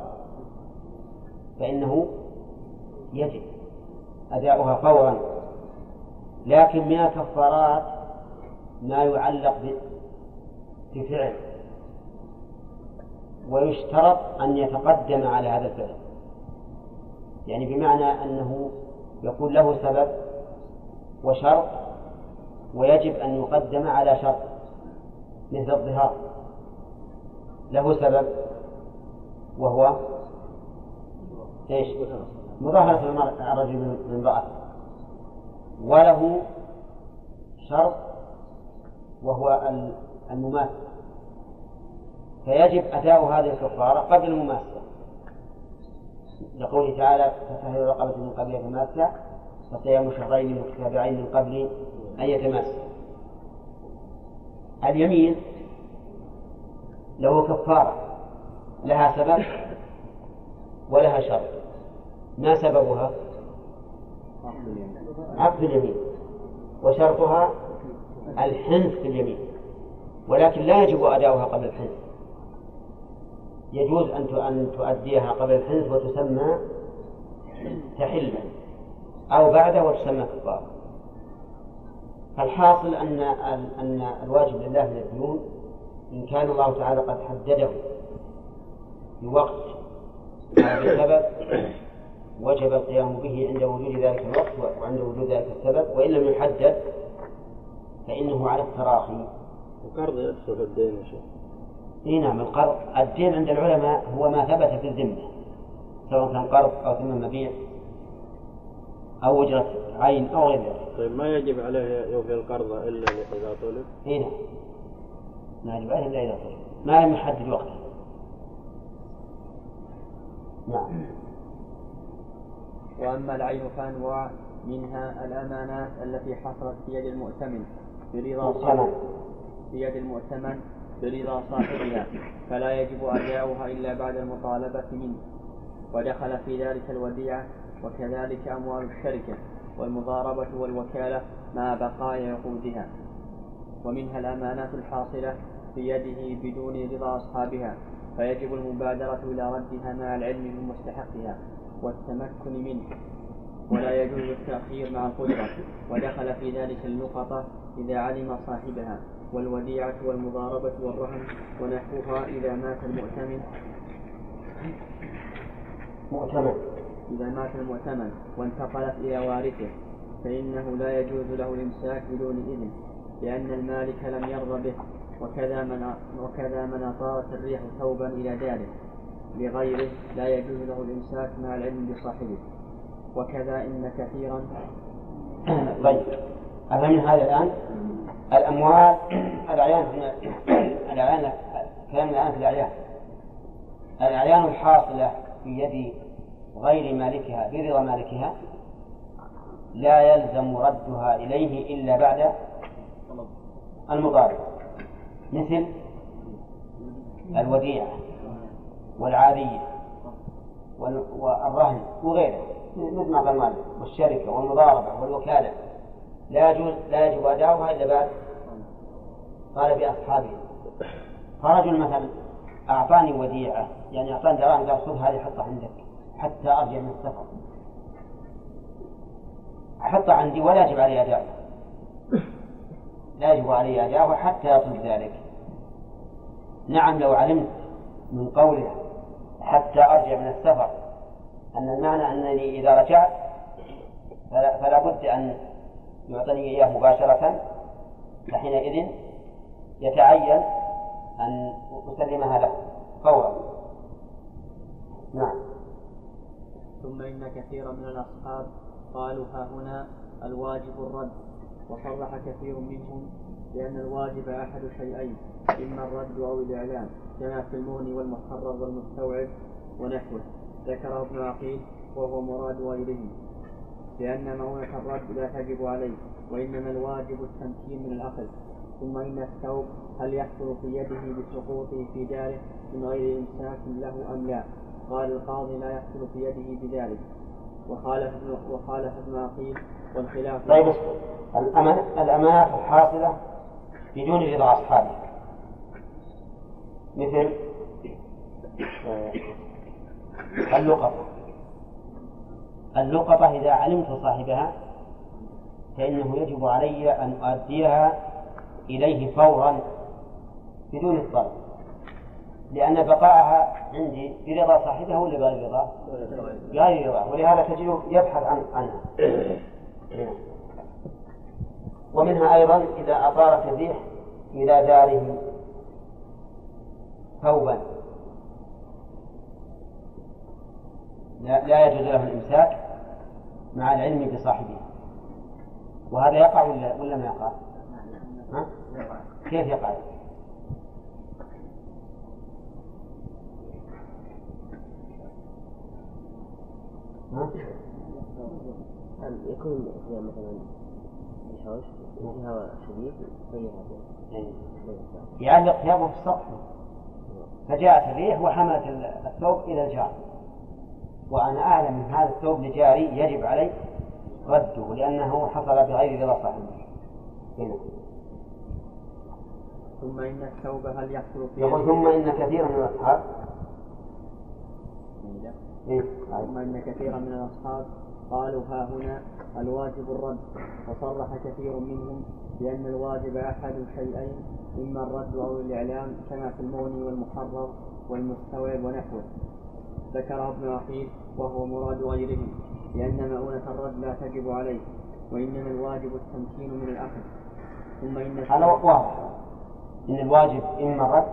فإنه يجب أداؤها فورا. لكن من الكفارات ما يعلق بفعل ويشترط أن يتقدم على هذا الفعل، يعني بمعنى أنه يكون له سبب وشرط ويجب أن يقدم على شرط، مثل الظهار له سبب وهو إيش؟ مظاهرة الرجل من امرأة، وله شرط وهو المماثلة، فيجب أداء هذه الكفارة قبل المماثلة، لقوله تعالى فتحرير رقبة من قبل يتماسى فصيام شهرين متتابعين من قبل أن يتماسى. اليمين له كفارة لها سبب ولها شرط. ما سببها؟ عقد اليمين، وشرطها الحنث في اليمين، ولكن لا يجب أداؤها قبل الحنث، يجوز أن تؤديها قبل الحنث وتسمى تحلا، أو بعده وتسمى كفارة. الحاصل أن أن الواجب لله من الديون إن كان الله تعالى قد حدده بوقت بسبب وجب القيام به عند وجود ذلك الوقت وعند وجود ذلك السبب، وإن لم يحدد فإنه على التراخي. وقرض يدخل الدين يا شيخ؟ إيه نعم، القرض الدين عند العلماء هو ما ثبت في الذمة، سواء كان قرض أو ثمن مبيع أو أجرة عين أو غير ذلك. طيب ما يجب عليه يوفي القرض إلا إذا طلب؟ إيه نعم، ما يجب عليه إلا إذا طلب، ما لم يحدد وقته. نعم. وأما العين فأنواع، منها الأمانات التي حصلت في يد المؤتمن برضا صاحبها في يد المؤتمن برضا صاحبها، فلا يجب أداؤها إلا بعد المطالبة منه، ودخل في ذلك الوديعة، وكذلك أموال الشركة والمضاربة والوكالة مع بقاء عقودها. ومنها الأمانات الحاصلة في يده بدون رضا أصحابها، فيجب المبادرة إلى ردها مع العلم من مستحقها والتمكن منه، ولا يجوز التأخير مع القدرة. ودخل في ذلك اللقطة إذا علم صاحبها، والوديعة والمضاربة والرهن ونحوها إذا مات المؤتمن مؤتمن إذا مات المؤتمن وانتقلت إلى وارثه، فإنه لا يجوز له الإمساك بدون إذن، لأن المالك لم يرضى به. وكذا من وكذا من أطارت الريح ثوبا إلى داره لغيره لا يجوز له الإمساك مع العلم بصاحبه. وكذا إن كثيرا. طيب، أفهم هذا الآن؟ الأموال الأعيان الأعيان كلام الآن في الأعيان الأعيان الحاصلة في يد غير مالكها برضا مالكها لا يلزم ردها إليه إلا بعد المضاربة. مثل الوديعة والعارية والرهن وغيره مثل ما قال مالك، والشركة والمضاربة والوكالة لا يجوز لا يجب أداؤها إلا بعد قال بأصحابه. فرجل مثلا أعطاني وديعة، يعني أعطاني دراهم قال خذ هذه حطها عندك حتى أرجع من السفر، أحطها عندي ولا يجب علي أداؤها، لا يجب علي أداؤها حتى يطلب ذلك. نعم لو علمت من قوله حتى أرجع من السفر أن المعنى أنني إذا رجعت فلا, فلا بد أن يعطني إياه مباشرة، فحينئذ يتعين أن أسلمها له فورا. نعم. ثم إن كثيرا من الأصحاب قالوا ها هنا الواجب الرد، وصرح كثير منهم لأن الواجب أحد شيئين، إما الرد أو الإعلام كما في المغني والمحرر والمستوعب ونحوه. ذكره ابن عقيل وهو مراد غيره، لأن مؤونة الرد لا تجب عليه، وإنما الواجب التمكين من الأخذ. ثم إن الثوب هل يحصل في يده بسقوطه في داره من غير إمساك له أم لا؟ قال القاضي لا يحصل في يده بذلك، وخالف وخالف ابن عقيل والخلاف. طيب الأمانات الحاصلة بدون رضا أصحابه مثل اللقطة. اللقطة إذا علمت صاحبها فإنه يجب علي أن أؤديها إليه فورا بدون الطلب، لأن بقاءها عندي برضا صاحبها ولا بغير رضا؟ بغير رضا، ولهذا تجد يبحث عن عنها. ومنها أيضا إذا أطارت الريح إلى داره ثوبا لا يجوز له الإمساك مع العلم بصاحبه، وهذا يقع ولا ولا ما يقع؟ ها؟ كيف يقع؟ ها؟ هل يكون مثلا الحوش في هواء شديد يعلق ثيابه في السطح، فجاءت الريح وحملت الثوب إلى الجار، وأنا أعلم من هذا الثوب لجاري يجب علي رده لأنه حصل بغير رضا صاحبه. ثم إن الثوب هل يحصل في يقول ثم إن كثيرا من الأصحاب ثم إن كثيرا من الأصحاب قالوا ها هنا الواجب الرد، وصرح كثير منهم لأن الواجب أحد شيئين، إما الرد أو الإعلام كما في المغني والمحرر والمستوعب ونحوه. ذكره ابن عقيل وهو مراد غيره، لأن مؤونة الرد لا تجب عليه، وإنما الواجب التمكين من الأخذ. ثم إن هذا واضح إن الواجب إما الرد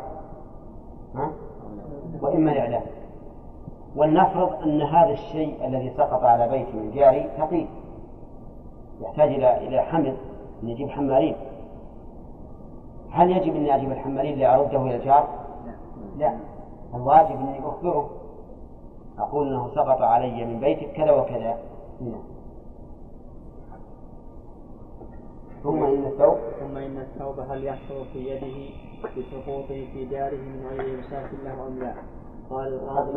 وإما الإعلام. ولنفرض أن هذا الشيء الذي سقط على بيت من جاري ثقيل يحتاج إلى إلى حمل، نجيب حمالين. هل يجب أن أجيب الحمالين لأرده إلى الجار؟ لا، الواجب أني أخبره، أقول أنه سقط علي من بيتك كذا وكذا. ثم إن الثوب ثم إن الثوب هل يحصل في يده بسقوطه في داره من غير إمساك له أم لا؟ قال القاضي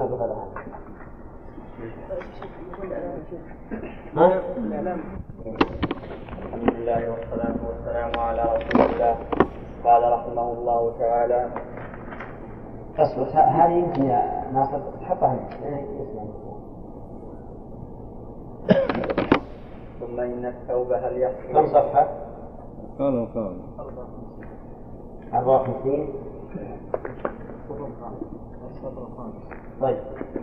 الحمد لله والصلاة والسلام على رسول الله. قال رحمه الله تعالى أصبر هذه يمكن يا ناصر تحطها. ثم إن الثوب هل يحصل كم صفحة؟ قالوا قالوا أربعة وخمسين. طيب.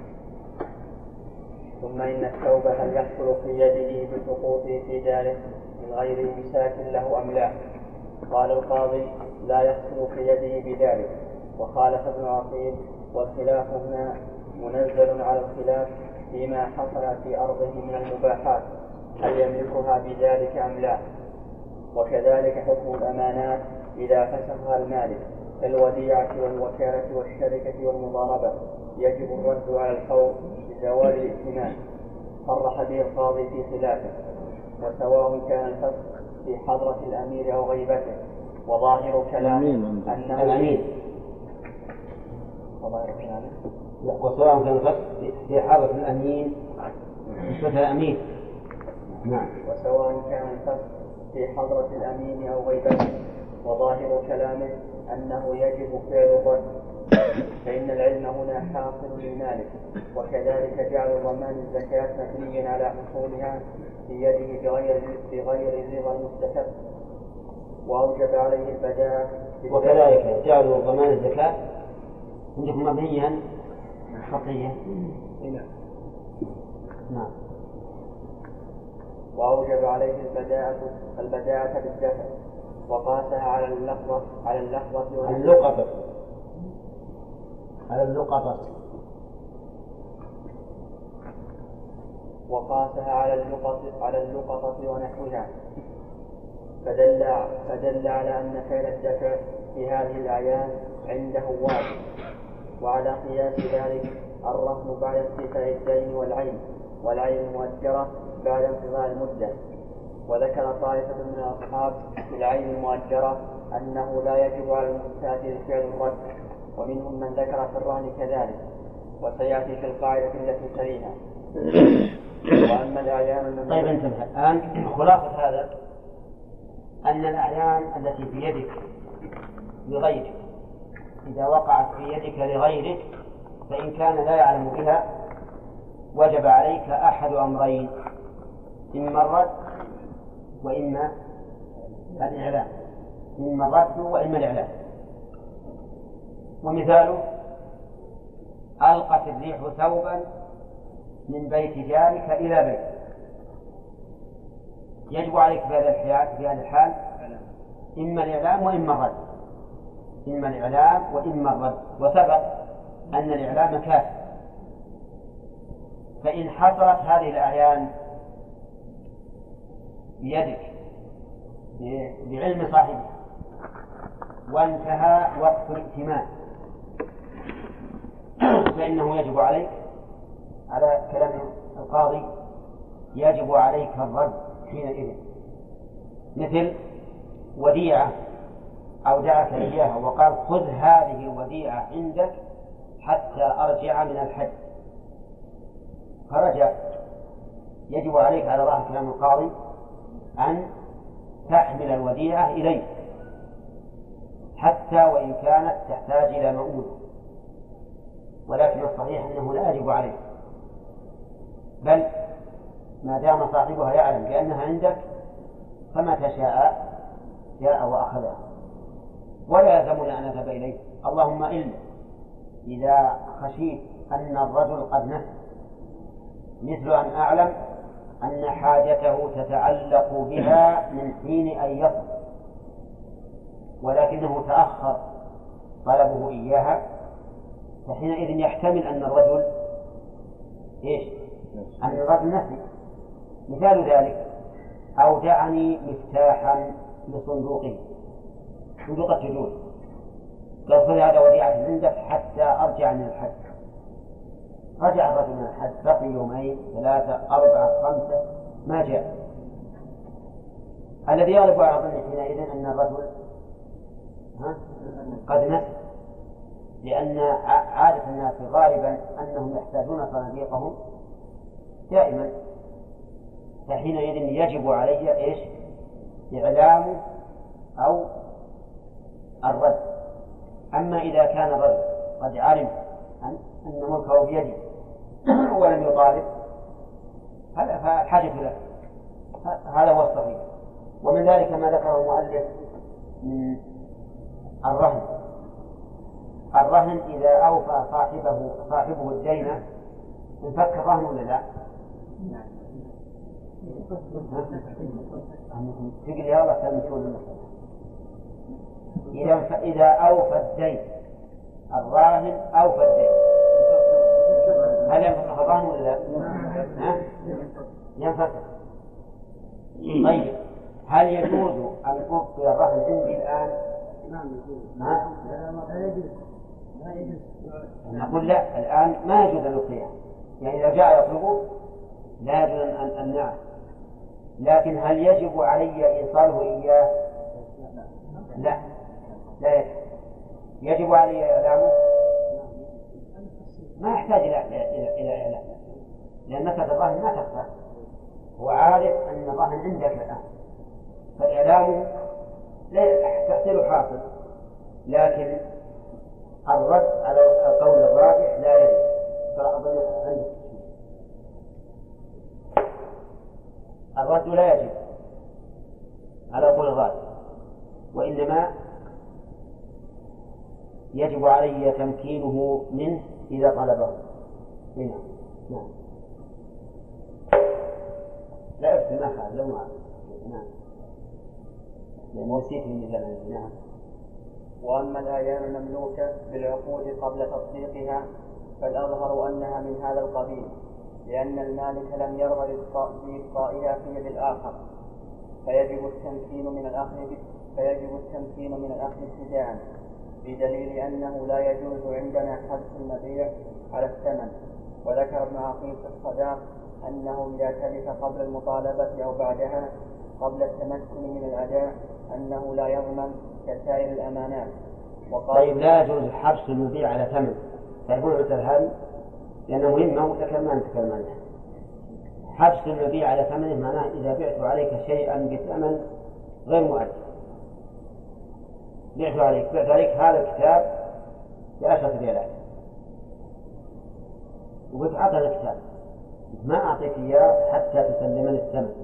ثم إن الثوب هل يحصل في يده بسقوطه في داره من غير إمساك له أم لا؟ قال القاضي لا يحصل في يده بذلك، وخالف ابن عقيل، والخلاف هنا منزل على الخلاف فيما حصل في أرضه من المباحات هل يملكها بذلك أم لا. وكذلك حكم الأمانات إذا فسخها المالك كالوديعة والوكالة والشركة والمضاربة يجب الرد على الفور بزوال الائتمان، صرح به القاضي في خلافه، وسواء كان الفسخ في حضرة الأمير أو غيبته وظاهر كلامه أنه الأمين، وسواء كان الخط في حالة الأمين مثل الأمين. نعم. وسواء كان الخط في حضرة الأمين أو غيبته، وظاهر كلامه أنه يجب فعل الرد، فإن العلم هنا حاصل للمالك، وكذلك جعل ضمان الزكاة مبنيا على حصولها في يده بغير بغير رضا المستحق، وأوجب عليه البداء. وكذلك جعل ضمان الزكاة عندكم مبنيا خطية. نعم. وأوجب عليه البداءة البداءة بالدفع، وقاسها على اللقطة على اللقطة اللقطة على اللقطة وقاسها على اللقطة على اللقطة ونحوها، فدل فدل على أن فعل الدفع في هذه الأعيان عنده واجب. وعلى قياس ذلك الرهن بعد استيفاء الدين والعين والعين المؤجرة بعد انقضاء المدة. وذكر طائفة من الأصحاب في العين المؤجرة أنه لا يجب على المستأجر فعل الرد، ومنهم من ذكر في الرهن كذلك، وسيأتي في القاعدة التي تليها. وأما الأعيان. طيب انتبه الآن، خلاصة هذا أن الأعيان التي في يدك لغيرك إذا وقعت في يدك لغيرك فإن كان لا يعلم بها وجب عليك أحد أمرين، إما الرد وإما الإعلام، إما الرد وإما الإعلام. ومثاله: ألقت الريح ثوبا من بيت جارك إلى بيت، يجب عليك في هذا الحال إما الإعلام وإما الرد، إما الإعلام وإما الرد. وسبق أن الإعلام كافٍ. فإن حصلت هذه الأعيان بيدك بعلم صاحبه وانتهى وقت الائتمان فإنه يجب عليك على كلام القاضي يجب عليك الرد حينئذ، مثل وديعة أودعك إياها وقال: خذ هذه الوديعة عندك حتى أرجع من الحج، فرجع، يجب عليك على ظاهر كلام القاضي أن تحمل الوديعة إليه حتى وإن كانت تحتاج إلى مؤونة، ولكن الصحيح أنه لا يجب عليه، بل ما دام صاحبها يعلم بأنها عندك فمتى شاء جاء وأخذها، ولا يلزمنا أن نذهب إليه، اللهم إلا إذا خشيت أن الرجل قد نسي، مثل أن أعلم أن حاجته تتعلق بها من حين أن يصل ولكنه تأخر طلبه إياها، فحينئذ يحتمل أن الرجل إيش؟ أن الرجل نسي. مثال ذلك: أودعني مفتاحا لصندوقه، صندوق التجول، قال: خذ هذا وديعة عندك حتى أرجع من الحج. رجع الرجل من الحج، بقي يومين ثلاثة أربعة خمسة ما جاء. الذي يغلب على ظنه حينئذ أن الرجل قد نسي، لأن عادة الناس غالبا أنهم يحتاجون صناديقهم دائما، فحينئذ يجب علي إيش؟ إعلامه أو الرد. أما إذا كان الرجل قد علم أن ملكه بيده ولم يطالب هذا فالحاجة له، هذا هو الصحيح. ومن ذلك ما ذكره المؤلف من الرهن. الرهن إذا أوفى صاحبه صاحبه الدين انفك الرهن ولا لا؟ تقول يا الله تلمسون إذا إذا أوفى الدين الراهن أوفى الدين، هل ينفسخ الرهن ولا لا؟ ينفسخ. طيب هل يجوز أن أبقي الرهن عندي الآن؟ نقول لا، الآن ما يجوز أن أبقيه، يعني إذا جاء يطلبه لا يجوز أن أمنعه، لكن هل يجب علي إيصاله إياه؟ لا لا يجب يجب علي إعلامه ما يحتاج إلى إلى إلى إعلام لأن مسألة الرهن ما تخفى هو عارف أن الرهن عندك الآن فإعلامه لا تحصيل حاصل لكن الرد على القول الراجح لا يجب ترى أظن عندك الرد لا يجب على قول الراجح وإنما يجب علي تمكينه منه إذا طلبه هنا نعم لا أفتي ما خال لو ما نعم لأن نسيت المثال نعم. وأما الأعيان المملوكة بالعقود قبل تصديقها فالأظهر أنها من هذا القبيل لأن المالك لم يرغب بإبقائها في يد الآخر فيجب التمكين من الأخذ فيجب التمكين من الأخذ ابتداءً بدليل أنه لا يجوز عندنا حبس المبيع على الثمن. وذكر ابن عقيل في الصداق أنه إذا تلف قبل المطالبة أو بعدها قبل التمكن من الأداء أنه لا يضمن كسائر الأمانات. طيب لا يجوز حبس المبيع على ثمن تعرفون مثل هذه لأنه مهمة وتكلم ما نتكلم عنها. حبس المبيع على ثمنه معناه إذا بعت عليك شيئا بثمن غير مؤجل بعت عليك بعت عليك هذا الكتاب بعشرة ريالات وقلت عطنا الكتاب ما أعطيك إياه حتى تسلمني الثمن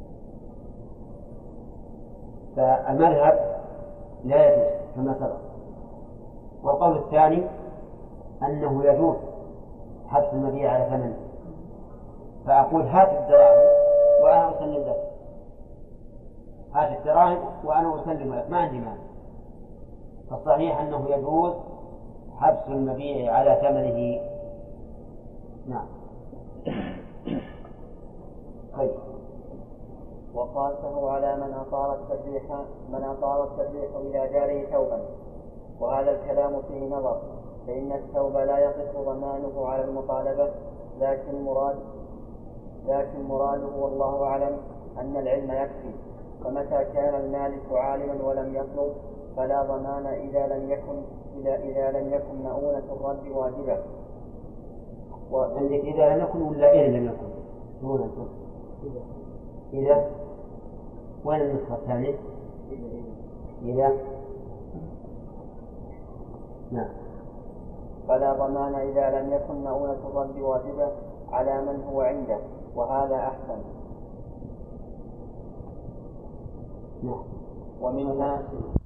فالمذهب لا يجوز كما سبق. والقول الثاني أنه يجوز حبس المبيع على ثمنه فأقول هات الدراهم وأنا أسلم لك هات الدراهم وأنا أسلم لك ما عندي مانع. فالصحيح أنه يجوز حبس المبيع على ثمنه. نعم. طيب. وقاسه على من أطار التسبيح من أطار التسبيح إلى جاره ثوبا وهذا الكلام فيه نظر فإن الثوب لا يقف ضمانه على المطالبة لكن مراد لكن مراده والله أعلم أن العلم يكفي فمتى كان المالك عالما ولم يطلب فلا ضمان إذا لم يكن إذا, إذا لم يكن مؤونة الرد واجبة. وعندك إذا لم يكن ولا إذا لم يكن مؤونة إذا وين النسخة الثانية إذا نعم فلا ضمان إذا لم يكن مؤونة الرد واجبة على من هو عنده وهذا أحسن. نعم. ومنها